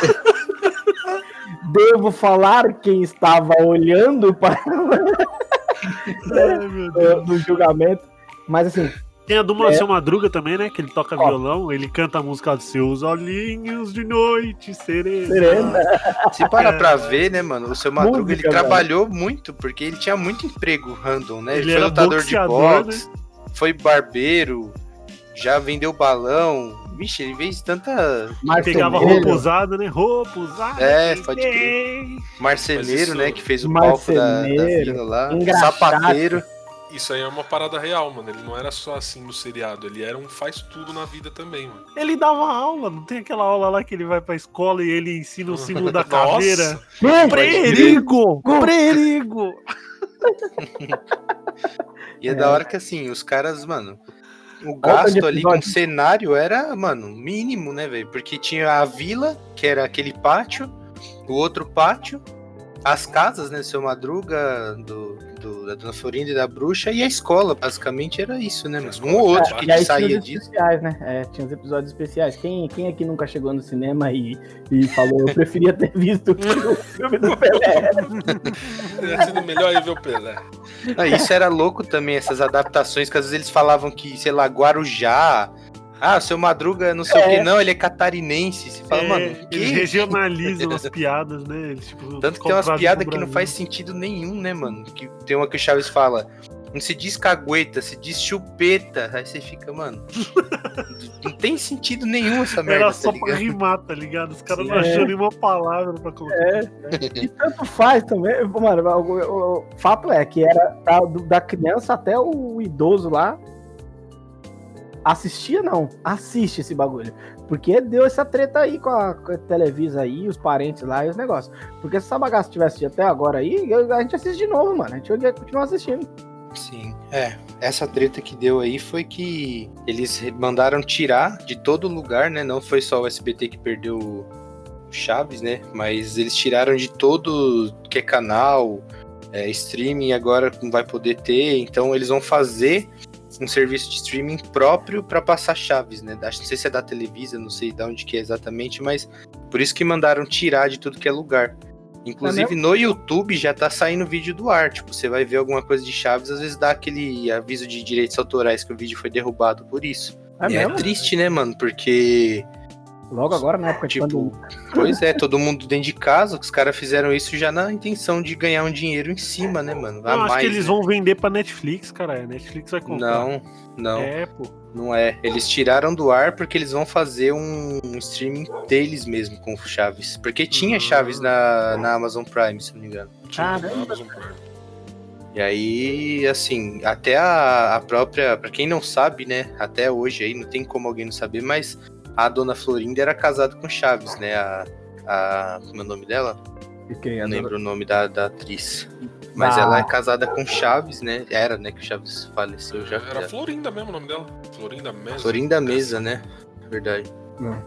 Devo falar quem estava olhando para Ai, meu Deus. no julgamento, mas assim, Tem a do É. Seu Madruga também, né? Que ele toca Ó. violão, ele canta a música dos seus olhinhos de noite, serena. serena. Se parar pra ver, né, mano, o seu Madruga, Música, ele velho. trabalhou muito, porque ele tinha muito emprego random, né? Ele, Ele foi era lutador de boxeador, boxe, foi barbeiro, já vendeu balão, Vixe, ele fez tanta. Pegava roupa usada, né? Roupa usada. É, pode crer. Marceneiro, isso... né? Que fez o palco da, da vila lá. Engraçado. Sapateiro. Isso aí é uma parada real, mano. Ele não era só assim no seriado, ele era um faz tudo na vida também, mano. Ele dava aula, não tem aquela aula lá que ele vai pra escola e ele ensina o símbolo da caveira? Perigo! Perigo! E é, é da hora que assim, os caras, mano, o gasto ali com o cenário era, mano, mínimo, né, velho? Porque tinha a vila, que era aquele pátio, o outro pátio, as casas, né, do Seu Madruga, do, do, da Dona Florinda e da Bruxa, e a escola, basicamente era isso, né, mas um ou outro que é, saía disso. Especiais, né? É, tinha os episódios especiais. Quem, quem aqui nunca chegou no cinema e, e falou, eu preferia ter visto o filme do Pelé? Teria sido melhor aí ver o Pelé. Ah, isso era louco também, essas adaptações, que às vezes eles falavam que, sei lá, Guarujá. Ah, o Seu Madruga, não sei é. o que, não, ele é catarinense. Você fala, é, mano, que? Eles regionalizam as piadas, né? Eles, tipo, tanto que tem umas piadas que não faz sentido nenhum, né, mano? Que tem uma que o Chaves fala, não se diz cagueta, se diz chupeta. Aí você fica, mano, não tem sentido nenhum essa merda. Era só tá pra rimar, tá ligado? Os caras não é. acham nenhuma palavra pra colocar. É, é. E tanto faz também, mano, o, o, o fato é que era da, da criança até o idoso lá. Assistia não, assiste esse bagulho. Porque deu essa treta aí com a, com a Televisa aí, os parentes lá e os negócios. Porque se essa bagaça tivesse até agora aí, a gente assiste de novo, mano. A gente ia continuar assistindo. Sim, é. Essa treta que deu aí foi que eles mandaram tirar de todo lugar, né? Não foi só o S B T que perdeu o Chaves, né? Mas eles tiraram de todo que é canal, é, streaming, agora não vai poder ter. Então eles vão fazer um serviço de streaming próprio para passar Chaves, né? Não sei se é da Televisa, não sei de onde que é exatamente, mas por isso que mandaram tirar de tudo que é lugar. Inclusive no YouTube já tá saindo vídeo do ar, tipo, você vai ver alguma coisa de Chaves, às vezes dá aquele aviso de direitos autorais que o vídeo foi derrubado por isso. É, é triste, né, mano? Porque logo agora, na época tipo, de quando... Pois é, todo mundo dentro de casa, os caras fizeram isso já na intenção de ganhar um dinheiro em cima, né, mano? Não, acho mais, que eles né? vão vender pra Netflix, cara. A Netflix vai comprar. Não, não. É, pô. Não é. Eles tiraram do ar porque eles vão fazer um, um streaming deles mesmo com Chaves. Porque tinha uhum. Chaves na, na Amazon Prime, se não me engano. Caramba. E aí, assim, até a, a própria... Pra quem não sabe, né, até hoje aí, não tem como alguém não saber, mas... A Dona Florinda era casada com Chaves, né? A, a, como é o nome dela? Quem, não lembro o nome da, da atriz. Mas ah. ela é casada com Chaves, né? Era, né? Que o Chaves faleceu já. Era já. Florinda mesmo o nome dela. Florinda Mesa. Florinda Mesa, né? Verdade. Não.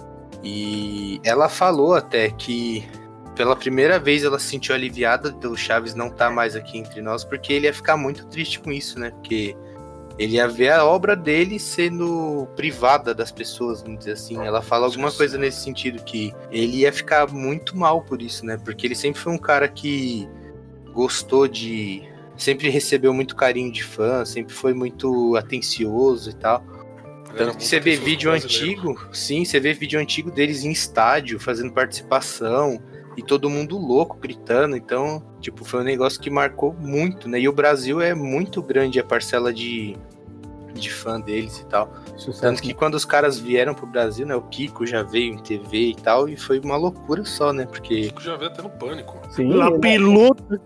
E ela falou até que pela primeira vez ela se sentiu aliviada do Chaves não estar mais aqui entre nós, porque ele ia ficar muito triste com isso, né? Porque ele ia ver a obra dele sendo privada das pessoas, vamos dizer assim. Ela fala alguma coisa nesse sentido, que ele ia ficar muito mal por isso, né? Porque ele sempre foi um cara que gostou de... Sempre recebeu muito carinho de fã, sempre foi muito atencioso e tal. Tanto que você vê vídeo antigo, sim, você vê vídeo antigo deles em estádio, fazendo participação, e todo mundo louco, gritando. Então, tipo, foi um negócio que marcou muito, né? E o Brasil é muito grande a parcela de, de fã deles e tal. Sucesso. Tanto que quando os caras vieram pro Brasil, né? O Kiko já veio em T V e tal, e foi uma loucura só, né? Porque... O Kiko já veio até no Pânico. Sim. Na piloto.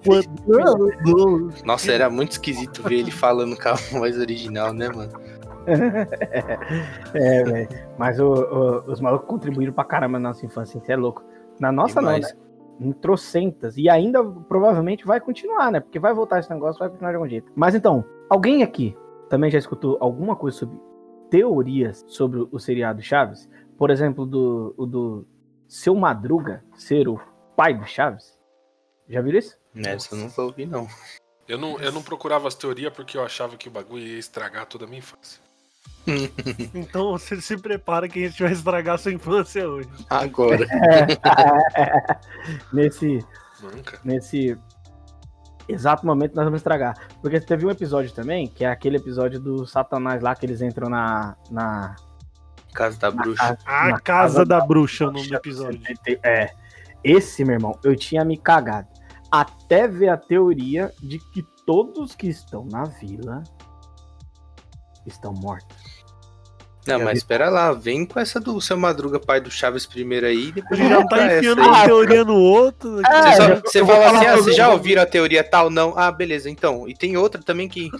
Nossa, era muito esquisito ver ele falando com a voz original, né, mano? É, velho. Mas o, o, os malucos contribuíram pra caramba na nossa infância, isso é louco. Na nossa não, né? Em trocentas. E ainda provavelmente vai continuar, né? Porque vai voltar esse negócio, vai continuar de algum jeito. Mas então, alguém aqui também já escutou alguma coisa sobre teorias sobre o seriado Chaves? Por exemplo, do, o do Seu Madruga ser o pai do Chaves? Já viram isso? Nessa eu nunca ouvi, não. Eu não, eu não procurava as teorias porque eu achava que o bagulho ia estragar toda a minha infância. Então você se prepara que a gente vai estragar a sua infância hoje. Agora. É, é, nesse, Nunca. nesse exato momento nós vamos estragar. Porque teve um episódio também, que é aquele episódio do Satanás lá, que eles entram na... na Casa da Bruxa. Na, a na Casa, casa da, da Bruxa, o nome do episódio. É, esse, meu irmão, eu tinha me cagado. Até ver a teoria de que todos que estão na vila estão mortos. Não, mas espera lá, vem com essa do Seu Madruga, pai do Chaves primeiro aí, depois Ele já tá essa enfiando aí. uma teoria no outro. Ah, Você, só- já- você eu vou fala falar assim, ah, sobre vocês já o- ouviram a teoria tal? Não. Ah, beleza, então. E tem outra também que...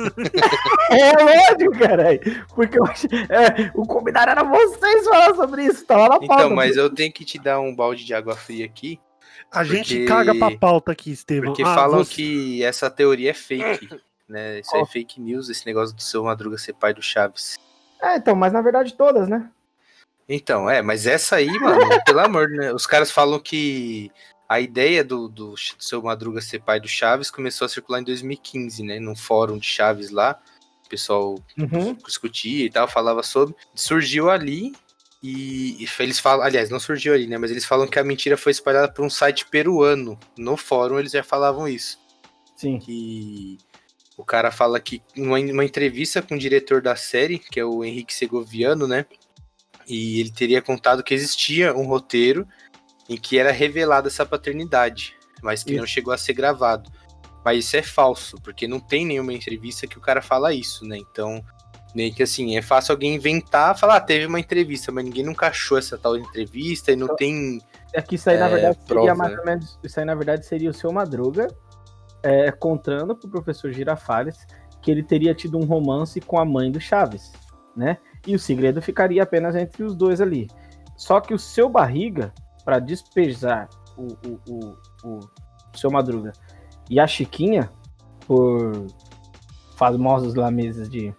É lógico, caralho. Porque eu acho, é, o combinado era vocês falar sobre isso. Tá lá na pauta. Então, mas eu tenho que te dar um balde de água fria aqui, A gente Porque- caga pra pauta aqui, Estevão. porque Ah, falam você- que essa teoria é fake, né? Isso Qual? é fake news, esse negócio do Seu Madruga ser pai do Chaves. É, então, mas na verdade todas, né? Então, é, mas essa aí, mano, pelo amor, né? Os caras falam que a ideia do, do Seu Madruga ser pai do Chaves começou a circular em dois mil e quinze, né? Num fórum de Chaves lá. O pessoal Uhum. discutia e tal, falava sobre. Surgiu ali e, e eles falam, aliás, não surgiu ali, né? Mas eles falam que a mentira foi espalhada por um site peruano. No fórum eles já falavam isso. Sim. Que o cara fala que numa uma entrevista com o diretor da série, que é o Henrique Segoviano, né? E ele teria contado que existia um roteiro em que era revelada essa paternidade, mas que Isso. não chegou a ser gravado. Mas isso é falso, porque não tem nenhuma entrevista que o cara fala isso, né? Então, meio que assim, é fácil alguém inventar, falar, ah, teve uma entrevista, mas ninguém nunca achou essa tal entrevista e não tem... É que isso aí, na É, verdade, seria prova, mais né? ou menos. Isso aí, na verdade, seria o Seu Madruga é, contando pro professor Girafales que ele teria tido um romance com a mãe do Chaves, né? E o segredo ficaria apenas entre os dois ali. Só que o Seu Barriga, para despejar o, o, o, o Seu Madruga e a Chiquinha, por famosos lá meses de,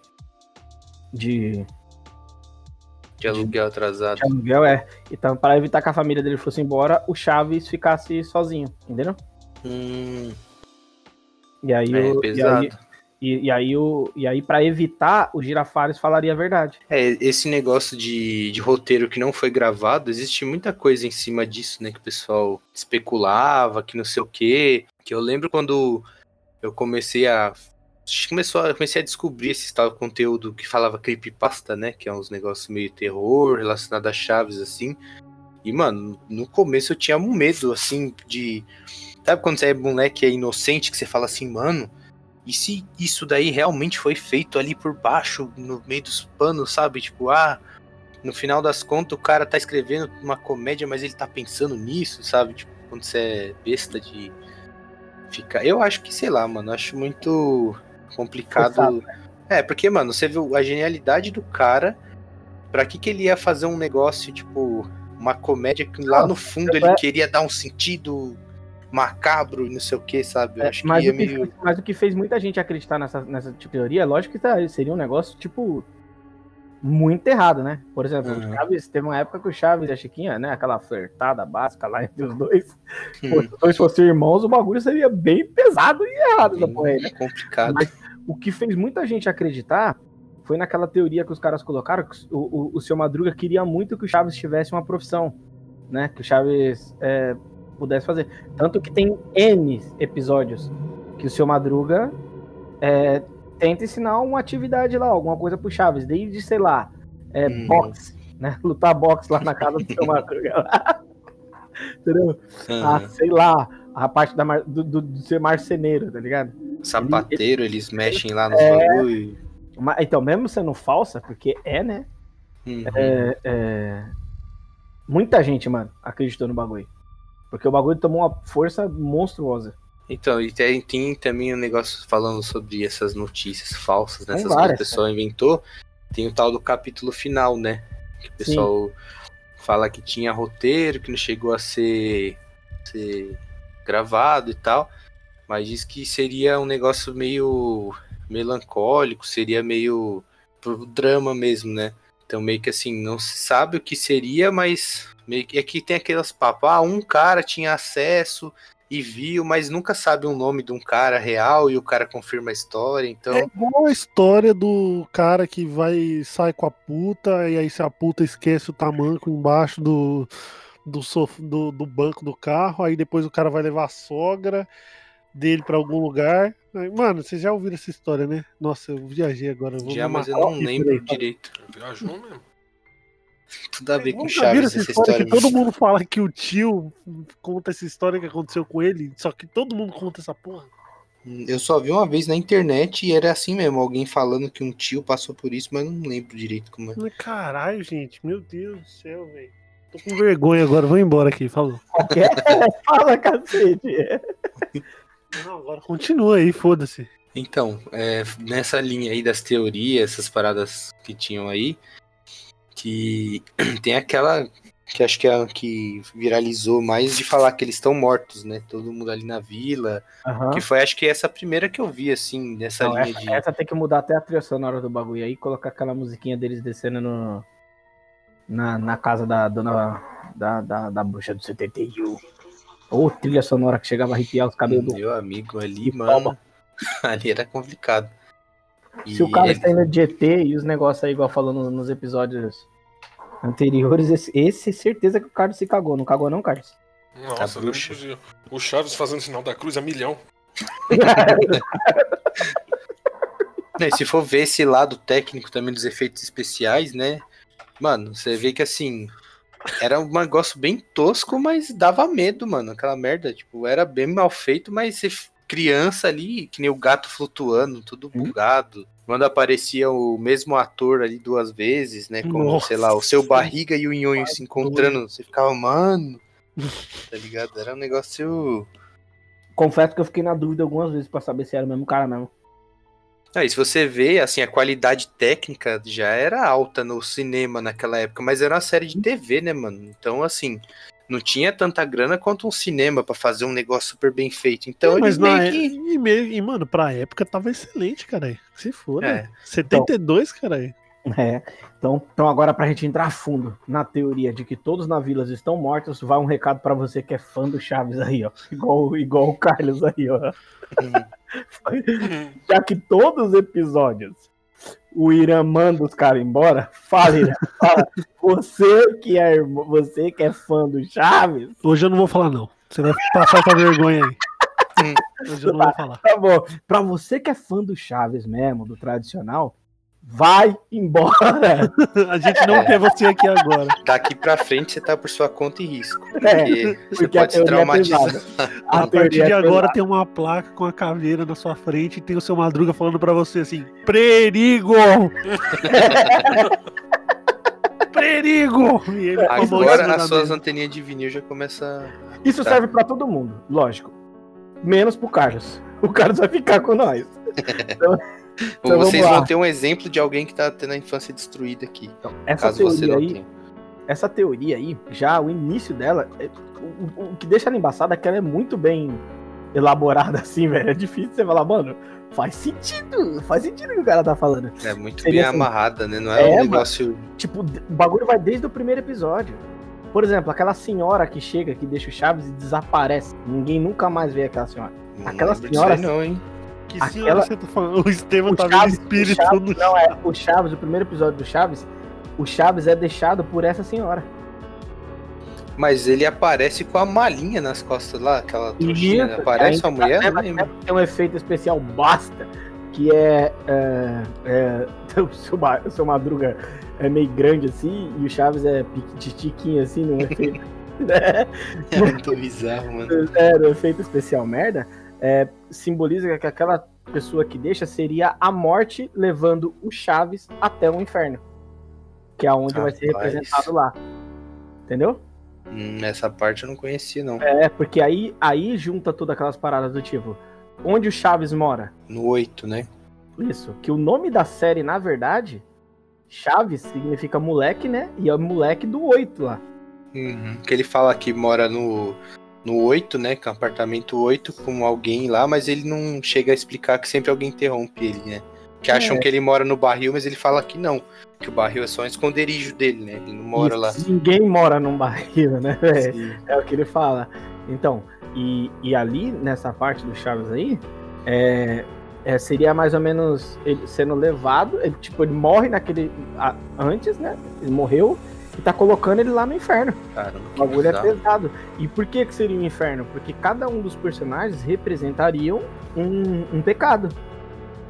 de, De aluguel atrasado. de aluguel, é. Então, para evitar que a família dele fosse embora, o Chaves ficasse sozinho, entendeu? Hum, E aí, é o, e pesado. aí, e, e aí, o, e aí para evitar, o Girafales falaria a verdade. É, esse negócio de, de roteiro que não foi gravado, existe muita coisa em cima disso, né? Que o pessoal especulava, que não sei o quê. Que eu lembro quando eu comecei a... Acho que começou a, eu comecei a descobrir esse tal conteúdo que falava creepypasta, né? Que é uns negócios meio terror, relacionado a Chaves, assim. E, mano, no começo eu tinha um medo, assim, de... Sabe quando você é moleque e é inocente, que você fala assim, mano... E se isso daí realmente foi feito ali por baixo, no meio dos panos, sabe? Tipo, ah, no final das contas o cara tá escrevendo uma comédia, mas ele tá pensando nisso, sabe? Tipo, quando você é besta de ficar... Eu acho que, sei lá, mano, acho muito complicado. Forçado, É, porque, mano, você viu a genialidade do cara, pra que que ele ia fazer um negócio, tipo, uma comédia que lá Não, no fundo é- ele queria dar um sentido macabro e não sei o que, sabe? Eu É, acho que mas, ia o que meio... fez, mas o que fez muita gente acreditar nessa, nessa tipo de teoria, é lógico que tá- seria um negócio, tipo, muito errado, né? Por exemplo, Uhum. o Chaves, teve uma época que o Chaves e a Chiquinha, né? Aquela flertada básica lá entre os dois. Hum. Pô, se os dois fossem irmãos, o bagulho seria bem pesado e errado essa porra aí, né? complicado. Mas o que fez muita gente acreditar foi naquela teoria que os caras colocaram, que o, o, o Seu Madruga queria muito que o Chaves tivesse uma profissão, né? Que o Chaves é, pudesse fazer. Tanto que tem N episódios que o Seu Madruga é, tenta ensinar uma atividade lá, alguma coisa pro Chaves, desde, sei lá, é, Hum. boxe, né? Lutar boxe lá na casa do Seu Madruga. Entendeu? Ah, Uhum. sei lá, a parte da mar- do, do, do ser marceneiro, tá ligado? Sapateiro, eles mexem lá nos É. bagulho. Mas, então, mesmo sendo falsa, porque é, né? Uhum. É, é, muita gente, mano, acreditou no bagulho. Porque o bagulho tomou uma força monstruosa. Então, e tem, tem também um negócio falando sobre essas notícias falsas, né? Tem Essas coisas que o várias, pessoal inventou. Tem o tal do capítulo final, né? Que o pessoal fala que tinha roteiro, que não chegou a ser, ser gravado e tal. Mas diz que seria um negócio meio melancólico, seria meio pro drama mesmo, né? Então meio que assim, não se sabe o que seria, mas meio que aqui tem aquelas papos, ah, um cara tinha acesso e viu, mas nunca sabe o nome de um cara real e o cara confirma a história, então... É igual a história do cara que vai sai com a puta e aí se a puta esquece o tamanco embaixo do, do, sof- do, do banco do carro, aí depois o cara vai levar a sogra dele pra algum lugar. Aí, mano, vocês já ouviram essa história, né? Nossa, eu viajei agora. Eu vou Já, me mas eu matar não aqui, lembro peraí. direito. Viajou mesmo. Tudo a ver com Nunca viram Chaves essa essa história história. que todo mesmo. mundo fala que o tio conta essa história que aconteceu com ele, só que todo mundo conta essa porra. Eu só vi uma vez na internet e era assim mesmo, alguém falando que um tio passou por isso, mas eu não lembro direito como é. Caralho, gente, meu Deus do céu, velho. Tô com vergonha agora, vou embora aqui, falou. Fala, cacete. Não, agora continua aí, foda-se. Então, é, nessa linha aí das teorias, essas paradas que tinham aí, que tem aquela que acho que é a que viralizou mais de falar que eles estão mortos, né? Todo mundo ali na vila. Uhum. Que foi, acho que essa primeira que eu vi, assim, nessa Não, linha essa, de... essa tem que mudar até a trilha sonora do bagulho aí e colocar aquela musiquinha deles descendo no, na, na casa da dona da, da, da bruxa do setenta e um. Ou trilha sonora que chegava a arrepiar os cabelos do... Meu amigo ali, mano, ali era complicado. Se o cara está indo de E T e os negócios aí, igual falando nos episódios anteriores, esse, esse certeza que o Carlos se cagou. Não cagou não, Carlos? Nossa, bruxa. De... O Chaves fazendo sinal da cruz a milhão. E se for ver esse lado técnico também dos efeitos especiais, né? Mano, você vê que assim... Era um negócio bem tosco, mas dava medo, mano. Aquela merda, tipo, era bem mal feito, mas você... criança ali, que nem o gato flutuando, tudo bugado. Quando aparecia o mesmo ator ali duas vezes, né? Como, Nossa. sei lá, o seu barriga e o nhonho se encontrando. Você ficava, mano... Tá ligado? Era um negócio... Confesso que eu fiquei na dúvida algumas vezes pra saber se era o mesmo cara mesmo. Aí, se você vê, assim, a qualidade técnica já era alta no cinema naquela época, mas era uma série de T V, né, mano? Então, assim... Não tinha tanta grana quanto um cinema pra fazer um negócio super bem feito. Então, é, mas meio na que... e, meio, e, mano, pra época tava excelente, cara. Se for, É. né? setenta e dois, então, cara. É. Então, então, agora pra gente entrar fundo na teoria de que todos na vila estão mortos, vai um recado pra você que é fã do Chaves aí, ó. Igual, igual o Carlos aí, ó. Já que todos os episódios o Irã manda os caras embora, fala, Irã, fala, você que, é, você que é fã do Chaves... Hoje eu não vou falar, não. Você vai passar essa vergonha aí. Hoje eu não tá, vou falar. Tá bom. Pra você que é fã do Chaves mesmo, do tradicional, vai embora. A gente não é. quer você aqui agora. Daqui pra frente você tá por sua conta e risco. Porque, é, você porque pode se traumatizar. A, a partir de agora tem uma placa com a caveira na sua frente e tem o seu Madruga falando pra você assim: perigo! Perigo! E ele agora as suas anteninhas de vinil já começam a... Isso tá. serve pra todo mundo, lógico. Menos pro Carlos. O Carlos vai ficar com nós. Então... Então, vocês vão ter um exemplo de alguém que tá tendo a infância destruída aqui. Então, essa caso teoria você não aí, tenha. Essa teoria aí, já o início dela, o, o que deixa ela embaçada é que ela é muito bem elaborada assim, velho. É difícil você falar, mano, faz sentido, faz sentido o que o cara tá falando. É muito Seria bem assim, amarrada, né? Não é, é um negócio... Mano, tipo, o bagulho vai desde o primeiro episódio. Por exemplo, aquela senhora que chega, que deixa o Chaves e desaparece. Ninguém nunca mais vê aquela senhora. Não aquela senhora... Não, hein? Que senhora você tá falando? O Estevam tá vendo espírito. O Chaves, no... Não, é o Chaves, o primeiro episódio do Chaves, o Chaves é deixado por essa senhora. Mas ele aparece com a malinha nas costas lá, aquela trouxinha, né? Aparece uma mulher, é, não lembro. Tem um efeito especial basta, que é, é, é o, seu, o seu Madruga é meio grande assim, e o Chaves é piquitiquinho assim, no efeito. É, é muito bizarro, mano. É, no efeito especial merda. É, simboliza que aquela pessoa que deixa seria a morte levando o Chaves até o inferno, que é onde Rapaz. vai ser representado lá, entendeu? Hum, essa parte eu não conhecia, não. É, porque aí, aí junta todas aquelas paradas do tipo, onde o Chaves mora? No oito, né? Isso, que o nome da série, na verdade, Chaves significa moleque, né? E é o moleque do oito lá. Uhum, que ele fala que mora no... no oito, né, que é um apartamento oito com alguém lá, mas ele não chega a explicar que sempre alguém interrompe ele, né? Que acham é. que ele mora no barril, mas ele fala que não, que o barril é só um esconderijo dele, né? Ele não mora Isso, lá. Ninguém mora num barril, né? É, é o que ele fala. Então, e, e ali, nessa parte do Chaves aí, é, é, seria mais ou menos ele sendo levado, ele, tipo, ele morre naquele... A, antes, né? Ele morreu... E tá colocando ele lá no inferno. Caramba, o bagulho é pesado. E por que que seria um inferno? Porque cada um dos personagens representariam um, um pecado.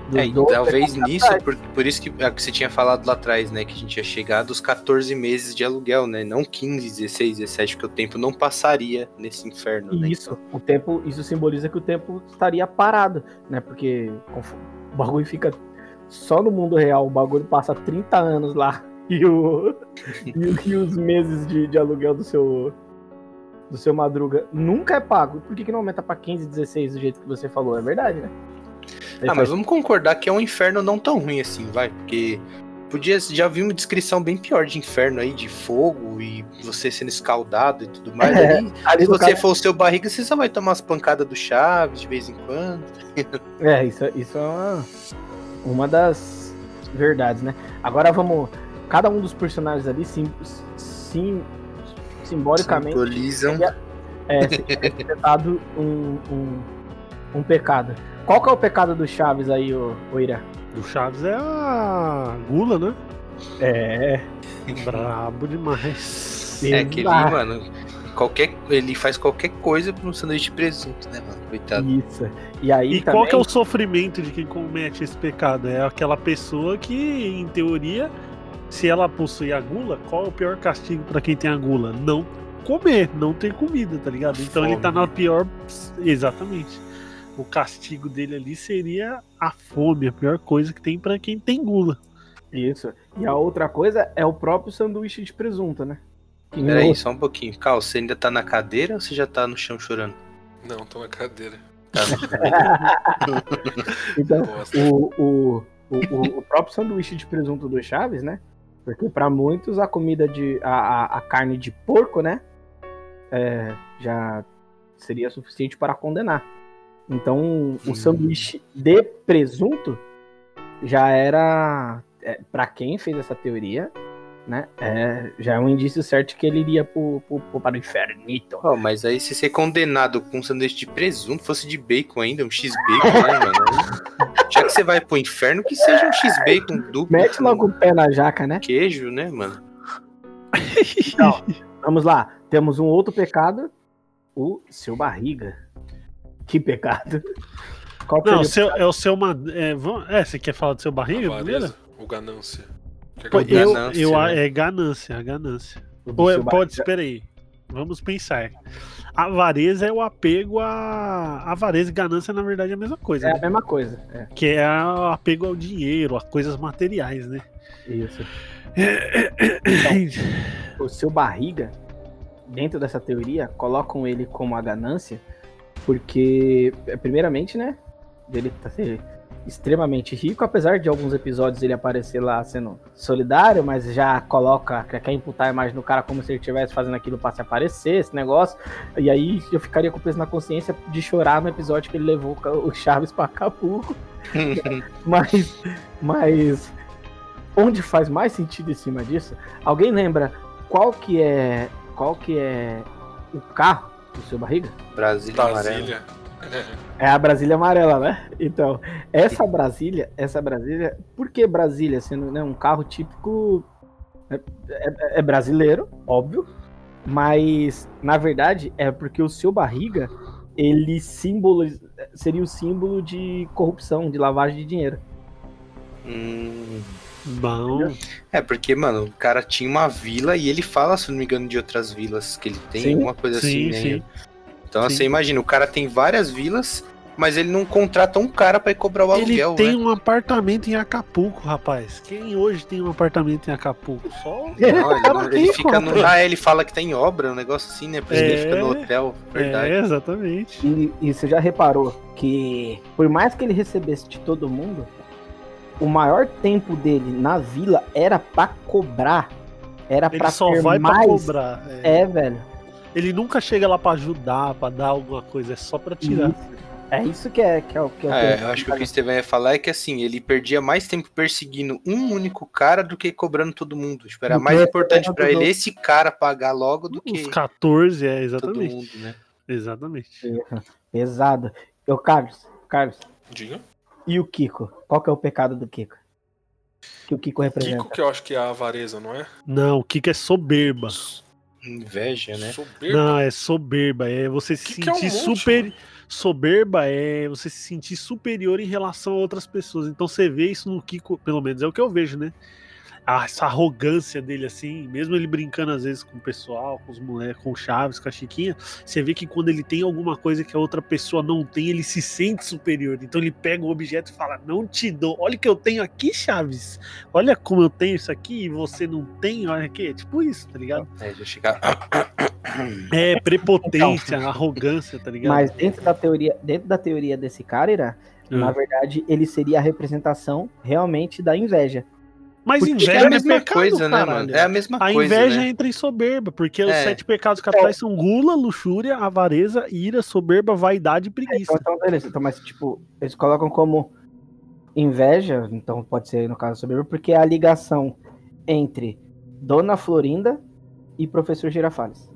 Do, É, do talvez pecado nisso, capitais. por, por isso que, é o que você tinha falado lá atrás, né? Que a gente ia chegar dos catorze meses de aluguel, né? Não quinze, dezesseis, dezessete, porque o tempo não passaria nesse inferno, né? Isso, o tempo, isso simboliza que o tempo estaria parado, né? Porque conf- o bagulho fica só no mundo real, o bagulho passa trinta anos lá e, o, e, o- e os meses de, de aluguel do seu do seu Madruga nunca é pago. Por que, que não aumenta pra quinze, dezesseis do jeito que você falou? É verdade, né? Ele Ah, mas faz- vamos concordar que é um inferno não tão ruim assim, vai? Porque podia, já vi uma descrição bem pior de inferno aí, de fogo e você sendo escaldado e tudo mais. É, ali, ali se no você caso- for o seu barriga, você só vai tomar umas pancadas do Chaves de vez em quando. É, isso, isso é uma, uma das verdades, né? Agora vamos. Cada um dos personagens ali, sim, sim, simbolicamente, Simbolizam. é representado um, um, um pecado. Qual que é o pecado do Chaves aí, ô, ô Ira? Do Chaves é a gula, né? É. Brabo demais. É aquele, Exato. mano, qualquer, ele faz qualquer coisa pra um sanduíche de presunto, né, mano? Coitado. Isso. E aí E também, qual que é o sofrimento de quem comete esse pecado? É aquela pessoa que, em teoria, se ela possui a gula, qual é o pior castigo pra quem tem a gula? Não comer, não ter comida, tá ligado? Então ele tá Fome. na pior. Exatamente. O castigo dele ali seria a fome, a pior coisa que tem pra quem tem gula. Isso. E a outra coisa é o próprio sanduíche de presunto, né? Que Pera aí, no- só um pouquinho. Cal, você ainda tá na cadeira ou você já tá no chão chorando? Não, tô na cadeira. Então, Bosta. o, o, o, o próprio sanduíche de presunto do Chaves, né? Porque para muitos a comida de. A, a, a carne de porco, né? É, já seria suficiente para condenar. Então, o sanduíche de presunto já era. É, para quem fez essa teoria, né? É, já é um indício certo que ele iria pro, pro, pro, para o infernito. Oh, mas aí se ser condenado com um sanduíche de presunto, fosse de bacon ainda, um X-bacon, né, mano? Aí, já que você vai pro inferno, que seja um X-bacon duplo. Mete com logo o pé na jaca, né? queijo, né, mano? Então, vamos lá. Temos um outro pecado. O seu barriga. Que pecado. Qual que Não, o seria seu, é o seu. ma- É, vamos- é, você quer falar do seu barriga primeiro? Avareza ou ganância? Que Pô, é eu, ganância, eu, né? É ganância, a ganância. o do Ou é, seu pode, barriga? espera aí. Vamos pensar. A avareza é o apego a. Avareza e ganância, na verdade, é a mesma coisa, É a né? mesma coisa. É, Que é o apego ao dinheiro, a coisas materiais, né? isso. O seu barriga, dentro dessa teoria, colocam ele como a ganância, porque, primeiramente, né? Ele tá ser extremamente rico, apesar de alguns episódios ele aparecer lá sendo solidário, mas já coloca, quer imputar a imagem do cara como se ele estivesse fazendo aquilo pra se aparecer, esse negócio. E aí eu ficaria com o peso na consciência de chorar no episódio que ele levou o Chaves pra Acapulco. Mas, mas onde faz mais sentido em cima disso? Alguém lembra qual que é qual que é o carro do seu barriga? Brasília, amarela. Brasília. É a Brasília amarela, né? Então, essa Brasília, essa Brasília, por que Brasília sendo, né, um carro típico é, é- é brasileiro, óbvio, mas na verdade é porque o seu barriga ele símbolo seria o símbolo de corrupção, de lavagem de dinheiro. Hum, Bom. é porque, mano, o cara tinha uma vila e ele fala, se não me engano, de outras vilas que ele tem, Sim, alguma coisa assim, Sim, né? sim. Então sim. você imagina, o cara tem várias vilas, mas ele não contrata um cara pra ir cobrar o Ele aluguel, tem né? um apartamento em Acapulco, rapaz. Quem hoje tem um apartamento em Acapulco? Só o Não, ele, cara não- tem, ele fica no. pô. Ah, ele fala que tá em obra, um negócio assim, né? Por isso que ele É, fica no hotel. Verdade. É, exatamente. E, e você já reparou que por mais que ele recebesse de todo mundo, o maior tempo dele na vila era pra cobrar, era Ele pra só ter vai pra mais. cobrar. é. É, velho. Ele nunca chega lá pra ajudar, pra dar alguma coisa, é só pra tirar. Isso. É isso que é que é o que é o É, que- eu acho que o que o Estevão ia falar é que assim, ele perdia mais tempo perseguindo um único cara do que cobrando todo mundo. Tipo, era Do que mais importante cobrando pra todo ele mundo. esse cara pagar logo do Os que catorze, é, todo exatamente. mundo, né? Exatamente. Pesado. Ô, Carlos, Carlos, Diga. e o Kiko? Qual que é o pecado do Kiko? Que o Kiko representa? Kiko, que eu acho que é a avareza, não é? Não, o Kiko é soberba. Inveja, né? Soberba. Não, é soberba. É você se Que que é um sentir monte, super. mano? Soberba é você se sentir superior em relação a outras pessoas. Então você vê isso no Kiko, pelo menos é o que eu vejo, né? Ah, essa arrogância dele, assim, mesmo ele brincando às vezes com o pessoal, com os moleques, com o Chaves, com a Chiquinha, você vê que quando ele tem alguma coisa que a outra pessoa não tem, ele se sente superior. Então ele pega o objeto e fala: não te dou, olha o que eu tenho aqui, Chaves. Olha como eu tenho isso aqui e você não tem, olha aqui. É tipo isso, tá ligado? É, já chegar. É prepotência, arrogância, tá ligado? Mas dentro da teoria, dentro da teoria desse cara, Ira, Hum. na verdade, ele seria a representação realmente da inveja. Mas Porque inveja é a é mesma pecado, coisa, né, caralho. mano? É a mesma A coisa, inveja né? entra em soberba, porque os É. sete pecados capitais são gula, luxúria, avareza, ira, soberba, vaidade e preguiça. Então, então, beleza. Então, mas, tipo, eles colocam como inveja, então pode ser, no caso, soberba, porque é a ligação entre Dona Florinda e Professor Girafales.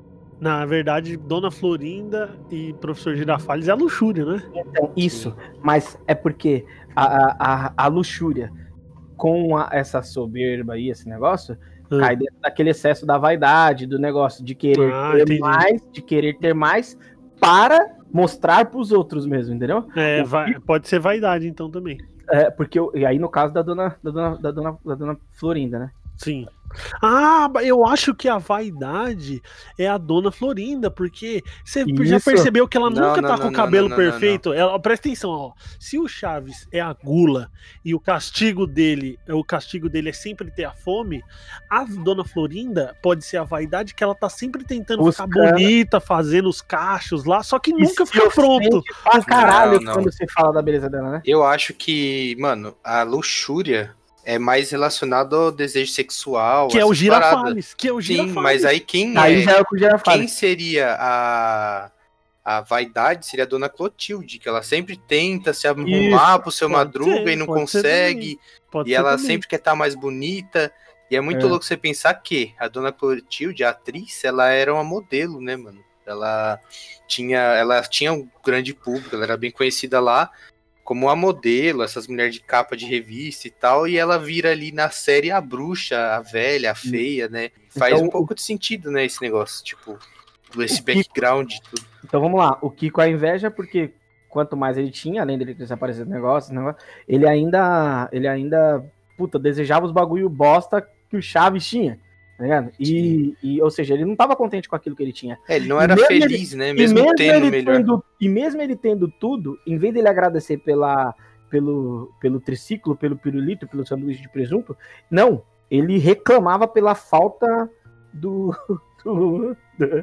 Na verdade, Dona Florinda e Professor Girafales é a luxúria, né? Então, isso. Mas é porque a, a, a luxúria com a- essa soberba aí, esse negócio, Hum. cai dentro daquele excesso da vaidade, do negócio de querer Ah, ter entendi. mais, de querer ter mais para mostrar pros outros mesmo, entendeu? É, O vai- pode ser vaidade, então, também. É, porque eu- e aí no caso da dona, da dona, da dona, da dona Florinda, né? Sim. Ah, eu acho que a vaidade é a Dona Florinda, porque você já Isso. percebeu que ela Não, nunca não, tá não, com o não, cabelo não, não, não, perfeito? Ela, presta atenção, ó. Se o Chaves é a gula e o castigo dele, o castigo dele é sempre ter a fome, a Dona Florinda pode ser a vaidade que ela tá sempre tentando Buscando. ficar bonita, fazendo os cachos lá, só que nunca E se fica pronto. ofende pra caralho Não, não. quando você fala da beleza dela, né? Eu acho que, mano, a luxúria é mais relacionado ao desejo sexual. Que é o essas paradas. Girafales, que é o Sim, Girafales. mas aí quem Aí é. já é o que o Girafales. Quem seria a. A vaidade seria a Dona Clotilde, que ela sempre tenta se arrumar pro seu pode Madruga ser, e não pode ser consegue. Pode E ser ela também. sempre quer estar mais bonita. E é muito É. louco você pensar que a Dona Clotilde, a atriz, ela era uma modelo, né, mano? Ela tinha, ela tinha um grande público, ela era bem conhecida lá como a modelo, essas mulheres de capa de revista e tal, e ela vira ali na série a bruxa, a velha, a feia, né? Faz Então, um pouco de sentido, né, esse negócio, tipo, esse o Kiko- background e tudo. Então vamos lá, o Kiko a inveja, porque quanto mais ele tinha, além dele desaparecer do negócio, negócio, ele ainda, ele ainda, puta, desejava os bagulho bosta que o Chaves tinha, tá ligado? E, e, ou seja, ele não tava contente com aquilo que ele tinha. É, ele não E era mesmo feliz, né, E mesmo, mesmo, tendo ele melhor. tendo, e mesmo ele tendo tudo, em vez dele agradecer pela, pelo, pelo triciclo, pelo pirulito, pelo sanduíche de presunto, não, ele reclamava pela falta do, do-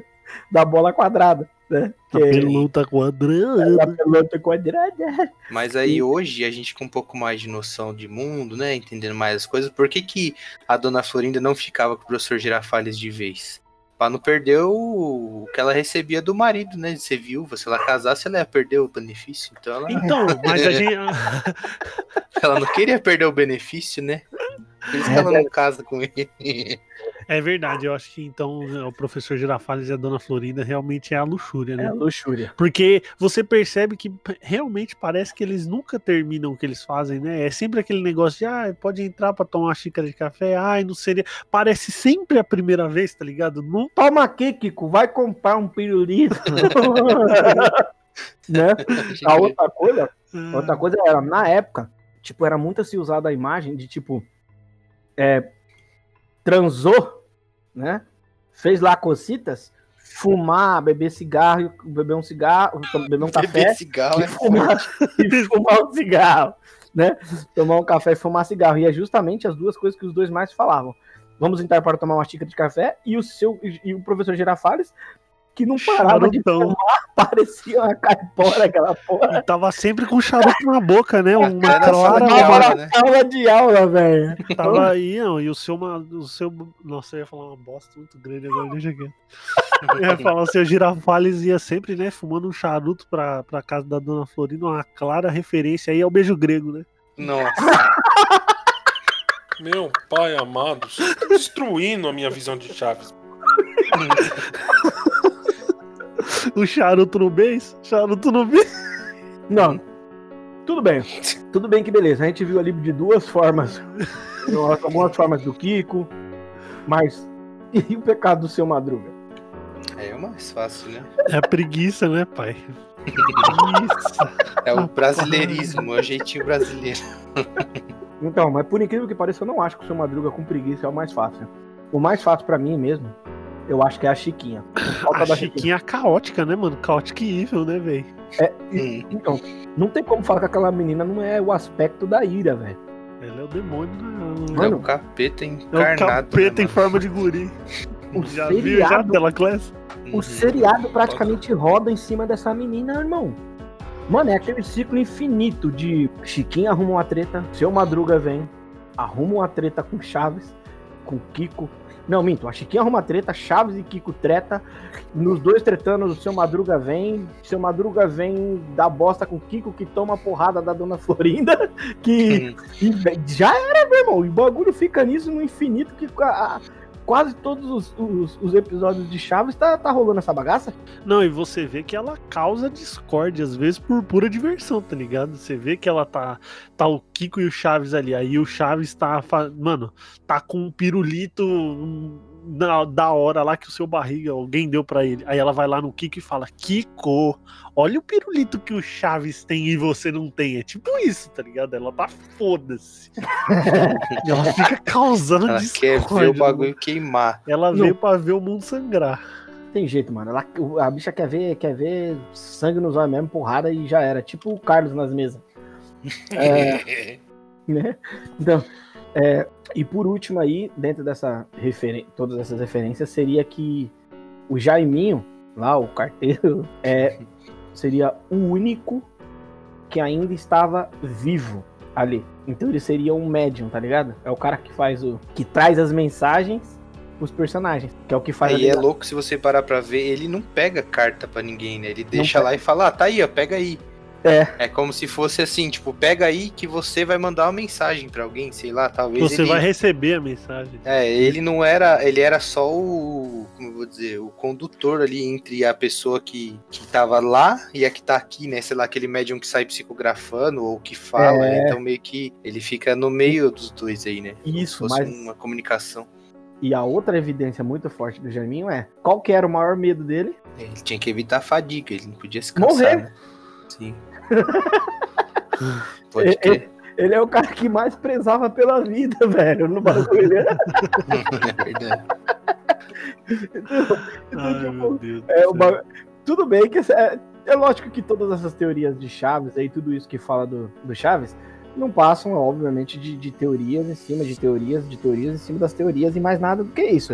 da bola quadrada, né? A Que é pelota quadrada. a pelota quadrada. Mas aí hoje a gente com um pouco mais de noção de mundo, né, entendendo mais as coisas, por que que a Dona Florinda não ficava com o professor Girafales de vez? Pra não perder o, o que ela recebia do marido, né, de ser viúva. Se ela casasse, ela ia perder o benefício. Então ela, Então, mas a gente. ela não queria perder o benefício, né? Por isso que ela não casa com ele. É verdade, eu acho que então o professor Girafales e a Dona Florinda realmente é a luxúria, É né? luxúria. Porque você percebe que realmente parece que eles nunca terminam o que eles fazem, né? É sempre aquele negócio de, ah, pode entrar pra tomar uma xícara de café, ai, não seria. Parece sempre a primeira vez, tá ligado? Não. Toma aqui, Kiko, vai comprar um pirulito. Né? A outra coisa, outra coisa era, na época, tipo, era muito se usada a imagem de, tipo, é, transou, né? Fez lá cocitas, fumar, beber cigarro, beber um cigarro, beber um café, Beber cigarro e é fumar, e fumar um cigarro, né? Tomar um café e fumar cigarro. E é justamente as duas coisas que os dois mais falavam. Vamos entrar para tomar uma xícara de café, e o seu e, e o professor Girafales, que não parava de Charutão. fumar, parecia uma caipora, aquela porra. E tava sempre com charuto na boca, né? Uma cara da sala clara. de uma aula, bala- né? Aula de aula, velho. Tava aí, não, e o seu, ma- o seu. Nossa, eu ia falar uma bosta muito grande agora, deixa aqui. Eu ia falar, o seu Girafales ia sempre, né, fumando um charuto pra, pra casa da Dona Florinda, uma clara referência aí ao beijo grego, né? Nossa. Meu pai amado, você tá destruindo a minha visão de Chaves. O charuto no beijo? Charuto no beijo? Não. Tudo bem. Tudo bem que beleza. A gente viu ali de duas formas. Algumas formas do Kiko. Mas E o pecado do seu Madruga? É o mais fácil, né? É a preguiça, né, pai? Preguiça. É o brasileirismo, é o jeitinho brasileiro. Então, mas por incrível que pareça, eu não acho que o seu Madruga com preguiça é o mais fácil. O mais fácil pra mim mesmo, eu acho que é a Chiquinha. A Chiquinha é caótica, né, mano? Caótica e evil, né, velho? É, e, então, não tem como falar que aquela menina não é o aspecto da ira, velho. Ela é o demônio, né? Mano, é o capeta encarnado. É o capeta né, em forma de guri. O Já seriado, viu já dela classe? o Uhum. seriado praticamente roda em cima dessa menina, irmão. Mano, é aquele ciclo infinito de Chiquinha arruma uma treta, seu Madruga vem, arruma uma treta com Chaves, com Kiko. Não, minto, a Chiquinha arruma treta, Chaves e Kiko treta. Nos dois tretando, o seu Madruga vem. Seu Madruga vem dar bosta com Kiko, que toma porrada da Dona Florinda. Que e já era, meu irmão. E o bagulho fica nisso no infinito. Que a, a, quase todos os, os, os episódios de Chaves tá, tá rolando essa bagaça. Não, e você vê que ela causa discórdia, às vezes por pura diversão, tá ligado? Você vê que ela tá. Tá o Kiko e o Chaves ali. Aí o Chaves tá. Mano, tá com um pirulito da, da hora lá que o seu barriga, alguém deu pra ele. Aí ela vai lá no Kiko e fala: Kiko, olha o pirulito que o Chaves tem e você não tem. É tipo isso, tá ligado? Ela tá foda-se. Ela fica causando Ela discórdia. quer ver o bagulho queimar. Ela Não. veio pra ver o mundo sangrar. Tem jeito, mano. Ela, a bicha quer ver, quer ver sangue nos olhos mesmo, porrada e já era. Tipo o Carlos nas mesas. É, né? Então, é, e por último aí, dentro dessa referen- todas essas referências, seria que o Jaiminho, lá, o carteiro, é, seria o único que ainda estava vivo ali. Então ele seria um médium, tá ligado? É o cara que faz o. Que traz as mensagens pros personagens. Que é o que faz Aí a é louco se você parar pra ver, ele não pega carta pra ninguém, né? Ele deixa pega. lá e fala, ah, tá aí, ó, pega aí. É. É como se fosse assim, tipo, pega aí que você vai mandar uma mensagem pra alguém, sei lá, talvez Você ele... vai receber a mensagem. É, ele não era, ele era só o, como eu vou dizer, o condutor ali entre a pessoa que, que tava lá e a que tá aqui, né, sei lá, aquele médium que sai psicografando ou que fala, É. né? Então meio que ele fica no meio dos dois aí, né? Como Isso, se fosse mas- uma comunicação. E a outra evidência muito forte do Jaiminho é qual que era o maior medo dele? Ele tinha que evitar a fadiga, ele não podia se cansar, Morrer. né? Sim. Pode É, crer. Ele é o cara que mais prezava pela vida, velho, no bagulho. É verdade. Então, Ai, tipo, meu Deus do é, céu. o ba- tudo bem que é, é lógico que todas essas teorias de Chaves aí, tudo isso que fala do, do Chaves, não passam, obviamente, de, de teorias em cima de teorias, de teorias em cima das teorias e mais nada do que isso.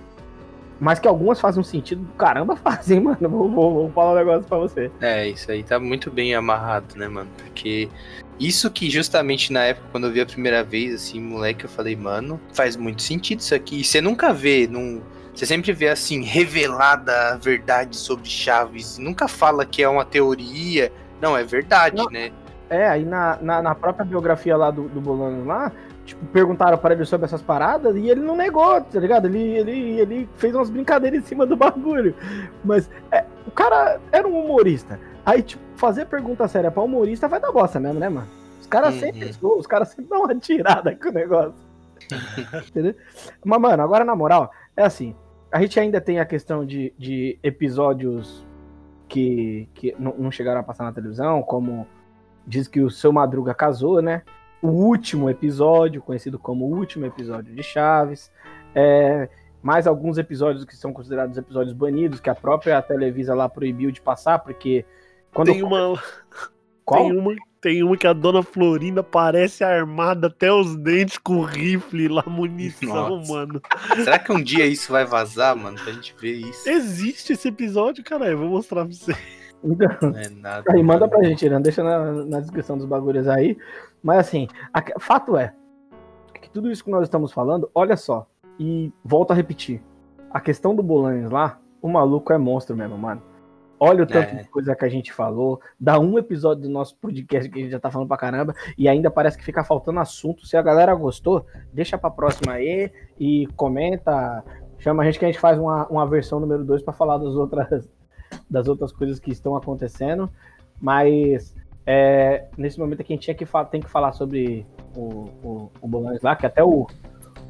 Mas que algumas fazem um sentido do caramba, fazem, mano. Vou, vou, vou falar um negócio pra você. É, isso aí tá muito bem amarrado, né, mano? Porque isso que justamente na época, quando eu vi a primeira vez, assim, moleque, eu falei, mano, faz muito sentido isso aqui. E você nunca vê, num... você sempre vê, assim, revelada a verdade sobre Chaves. Nunca fala que é uma teoria. Não, é verdade, Não. né? É, aí na, na, na própria biografia lá do, do Bolanos lá, tipo, perguntaram pra ele sobre essas paradas e ele não negou, tá ligado? Ele, ele, ele fez umas brincadeiras em cima do bagulho. Mas é, o cara era um humorista. Aí, tipo, fazer pergunta séria pra humorista vai dar bosta mesmo, né, mano? Os caras Uhum. sempre zoam, os caras sempre dão uma tirada com o negócio. Entendeu? Mas, mano, agora na moral, é assim, a gente ainda tem a questão de, de episódios que, que não, não chegaram a passar na televisão, como diz que o Seu Madruga casou, né? O último episódio, conhecido como o último episódio de Chaves. É, mais alguns episódios que são considerados episódios banidos, que a própria Televisa lá proibiu de passar, porque... Quando Tem uma, Qual? tem uma, tem uma que a Dona Florinda parece armada até os dentes com rifle lá, munição, Nossa. mano. Será que um dia isso vai vazar, mano? Pra gente ver isso. Existe esse episódio, cara, eu vou mostrar pra você. Então, Não é nada. aí manda pra gente, não deixa na, na descrição dos bagulhos aí. Mas assim, a, fato é que tudo isso que nós estamos falando, olha só, e volto a repetir, a questão do Bolanhos lá, o maluco é monstro mesmo, mano. Olha o tanto É. de coisa que a gente falou, dá um episódio do nosso podcast que a gente já tá falando pra caramba, e ainda parece que fica faltando assunto. Se a galera gostou, deixa pra próxima aí e comenta, chama a gente que a gente faz uma, uma versão número dois pra falar das outras, das outras coisas que estão acontecendo. Mas é, nesse momento aqui a gente tinha que fa- tem que falar sobre o, o, o Bolanhos lá, que até o,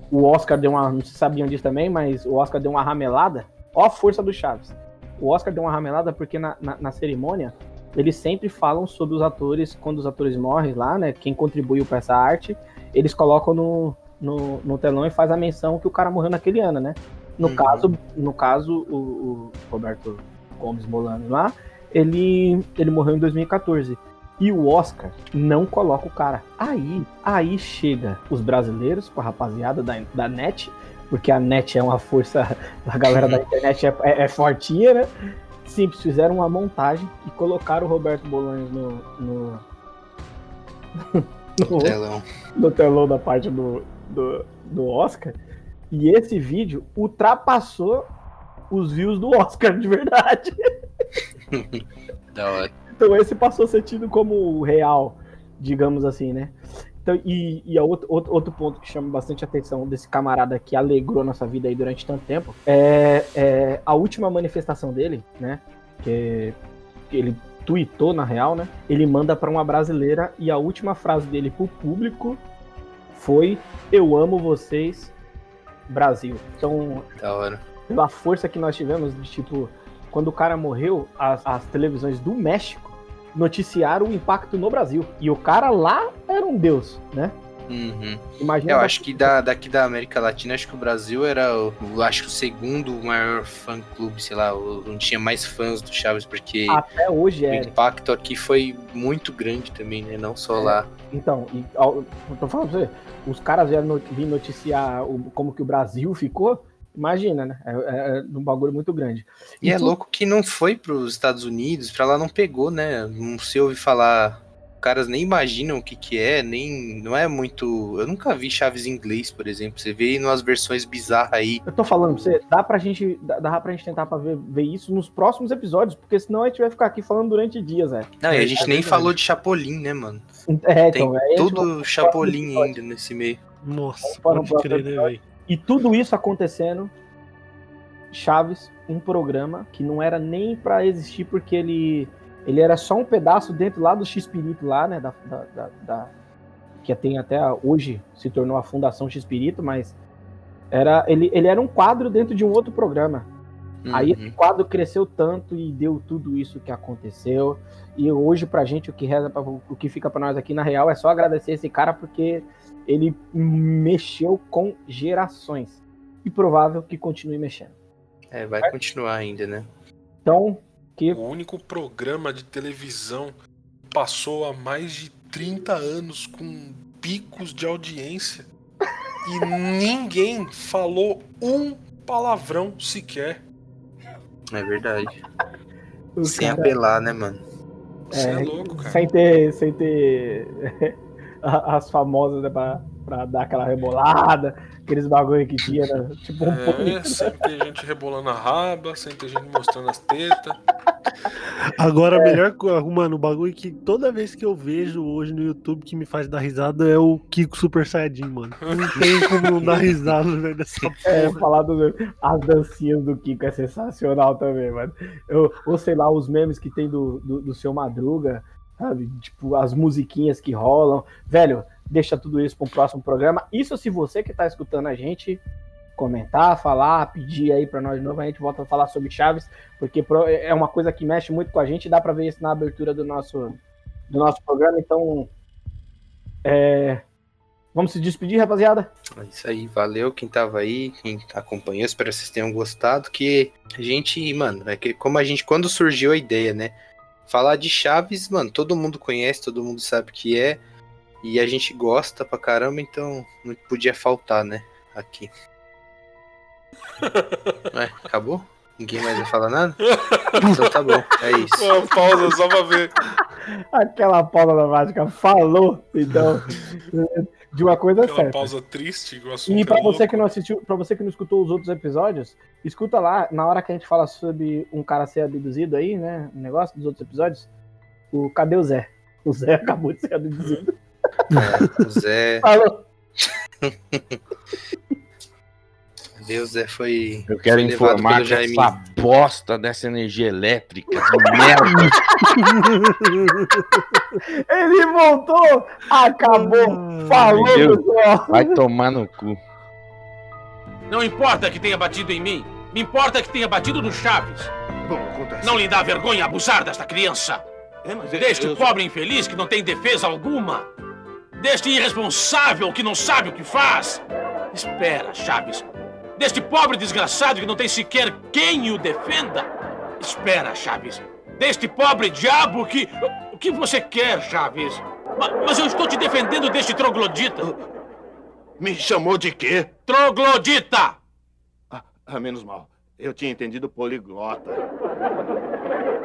o Oscar deu uma, não sei se sabiam disso também, mas o Oscar deu uma ramelada, ó a força do Chaves. O Oscar deu uma ramelada porque na, na, na cerimônia, eles sempre falam sobre os atores, quando os atores morrem lá, né, quem contribuiu para essa arte, eles colocam no, no, no telão e faz a menção que o cara morreu naquele ano, né. No, uhum. caso, no caso, o, o Roberto Gomes Bolanos lá, ele, ele morreu em dois mil e catorze. E o Oscar não coloca o cara. Aí, aí chega os brasileiros, com a rapaziada da, da net, porque a net é uma força, a galera da internet é, é, é fortinha, né? Simples, fizeram uma montagem e colocaram o Roberto Bolanos no, no, no, telão. no telão da parte do, do, do Oscar. E esse vídeo ultrapassou os views do Oscar de verdade. Da hora. Então esse passou a ser tido como real, digamos assim, né? Então, e e a outro, outro, outro ponto que chama bastante atenção desse camarada que alegrou nossa vida aí durante tanto tempo é, é a última manifestação dele, né? Que, que ele tweetou, na real, né? Ele manda pra uma brasileira e a última frase dele pro público foi: "Eu amo vocês, Brasil". Então, da hora. Pela força que nós tivemos, de tipo, quando o cara morreu, as, as televisões do México noticiaram o impacto no Brasil. E o cara lá era um deus, né? Uhum. Imagina. Eu acho que da, daqui da América Latina, acho que o Brasil era o, o, acho que o segundo maior fã-clube, sei lá, o, não tinha mais fãs do Chaves, porque até hoje o é. impacto aqui foi muito grande também, né? Não só é. lá. Então, e, eu tô falando pra você, os caras vieram vir noticiar o, como que o Brasil ficou. Imagina, né? É, é, é um bagulho muito grande. E, e é tu... louco que não foi pros Estados Unidos, pra lá não pegou, né? Não se ouve falar. Os caras nem imaginam o que que é, nem. Não é muito. Eu nunca vi Chaves em inglês, por exemplo. Você vê em umas versões bizarras aí. Eu tô falando pra você, dá pra gente, dá, dá pra gente tentar pra ver, ver isso nos próximos episódios, porque senão a gente vai ficar aqui falando durante dias, velho. Não, e a é, gente é nem verdade. falou de Chapolin, né, mano? É, Tem então, é tudo Chapolin ainda nesse meio. Nossa, Vamos pode crer, né, velho? E tudo isso acontecendo, Chaves, um programa que não era nem pra existir, porque ele, ele era só um pedaço dentro lá do X-Pirito lá, né, da, da, da, da, que tem até hoje, se tornou a Fundação X-Pirito, mas era, ele, ele era um quadro dentro de um outro programa. Uhum. Aí esse quadro cresceu tanto e deu tudo isso que aconteceu, e hoje pra gente o que reza, pra, o que fica pra nós aqui na real é só agradecer esse cara, porque ele mexeu com gerações. E provável que continue mexendo. É, vai é. continuar ainda, né? Então, que... O único programa de televisão passou há mais de trinta anos com picos de audiência e ninguém falou um palavrão sequer. É verdade. O sem cara... apelar, né, mano? Você é, é louco, cara. Sem ter... Sem ter... as famosas, né, pra, pra dar aquela rebolada, aqueles bagulho que tinha, né? Tipo um é, pouco. Sem ter gente rebolando a raba, sem ter gente mostrando as tetas. Agora, a é. melhor coisa, mano, o bagulho que toda vez que eu vejo hoje no YouTube que me faz dar risada é o Kiko Super Saiyajin, mano. Não tem como não dar risada, velho, dessa porra. É, falar do, as dancinhas do Kiko é sensacional também, mano. Eu, ou sei lá, os memes que tem do, do, do Seu Madruga, sabe? Tipo, as musiquinhas que rolam. Velho, deixa tudo isso para um próximo programa. Isso se você que tá escutando a gente comentar, falar, pedir aí para nós de novo, a gente volta a falar sobre Chaves, porque é uma coisa que mexe muito com a gente, dá para ver isso na abertura do nosso, do nosso programa. Então, é... vamos se despedir, rapaziada? É isso aí, valeu quem tava aí, quem acompanhou, espero que vocês tenham gostado, que a gente, mano, é que como a gente, quando surgiu a ideia, né, falar de Chaves, mano, todo mundo conhece, todo mundo sabe o que é, e a gente gosta pra caramba, então não podia faltar, né, aqui. Ué, acabou? Ninguém mais vai falar nada? Então tá bom, é isso. Uma pausa só pra ver. Aquela pausa da mágica falou, então, de uma coisa Aquela certa. pausa triste, o assunto E pra é você louco. que não assistiu, pra você que não escutou os outros episódios, escuta lá, na hora que a gente fala sobre um cara ser abduzido aí, né, o negócio dos outros episódios, o cadê o Zé? O Zé acabou de ser abduzido. É, o Zé... Falou. Deus, Zé foi. Eu quero foi informar que essa bosta dessa energia elétrica de merda. Ele voltou, acabou, falou, Entendeu? pessoal. Vai tomar no cu. Não importa que tenha batido em mim. Me importa que tenha batido no Chaves. Bom, acontece. Não lhe dá vergonha abusar desta criança? É, mas eu- Deste eu- pobre infeliz que não tem defesa alguma? Deste irresponsável que não sabe o que faz? Espera, Chaves. Deste pobre desgraçado que não tem sequer quem o defenda? Espera, Chaves. Deste pobre diabo que... O que você quer, Chaves? Ma- Mas eu estou te defendendo deste troglodita. Me chamou de quê? Troglodita! Ah, ah, menos mal. Eu tinha entendido poliglota.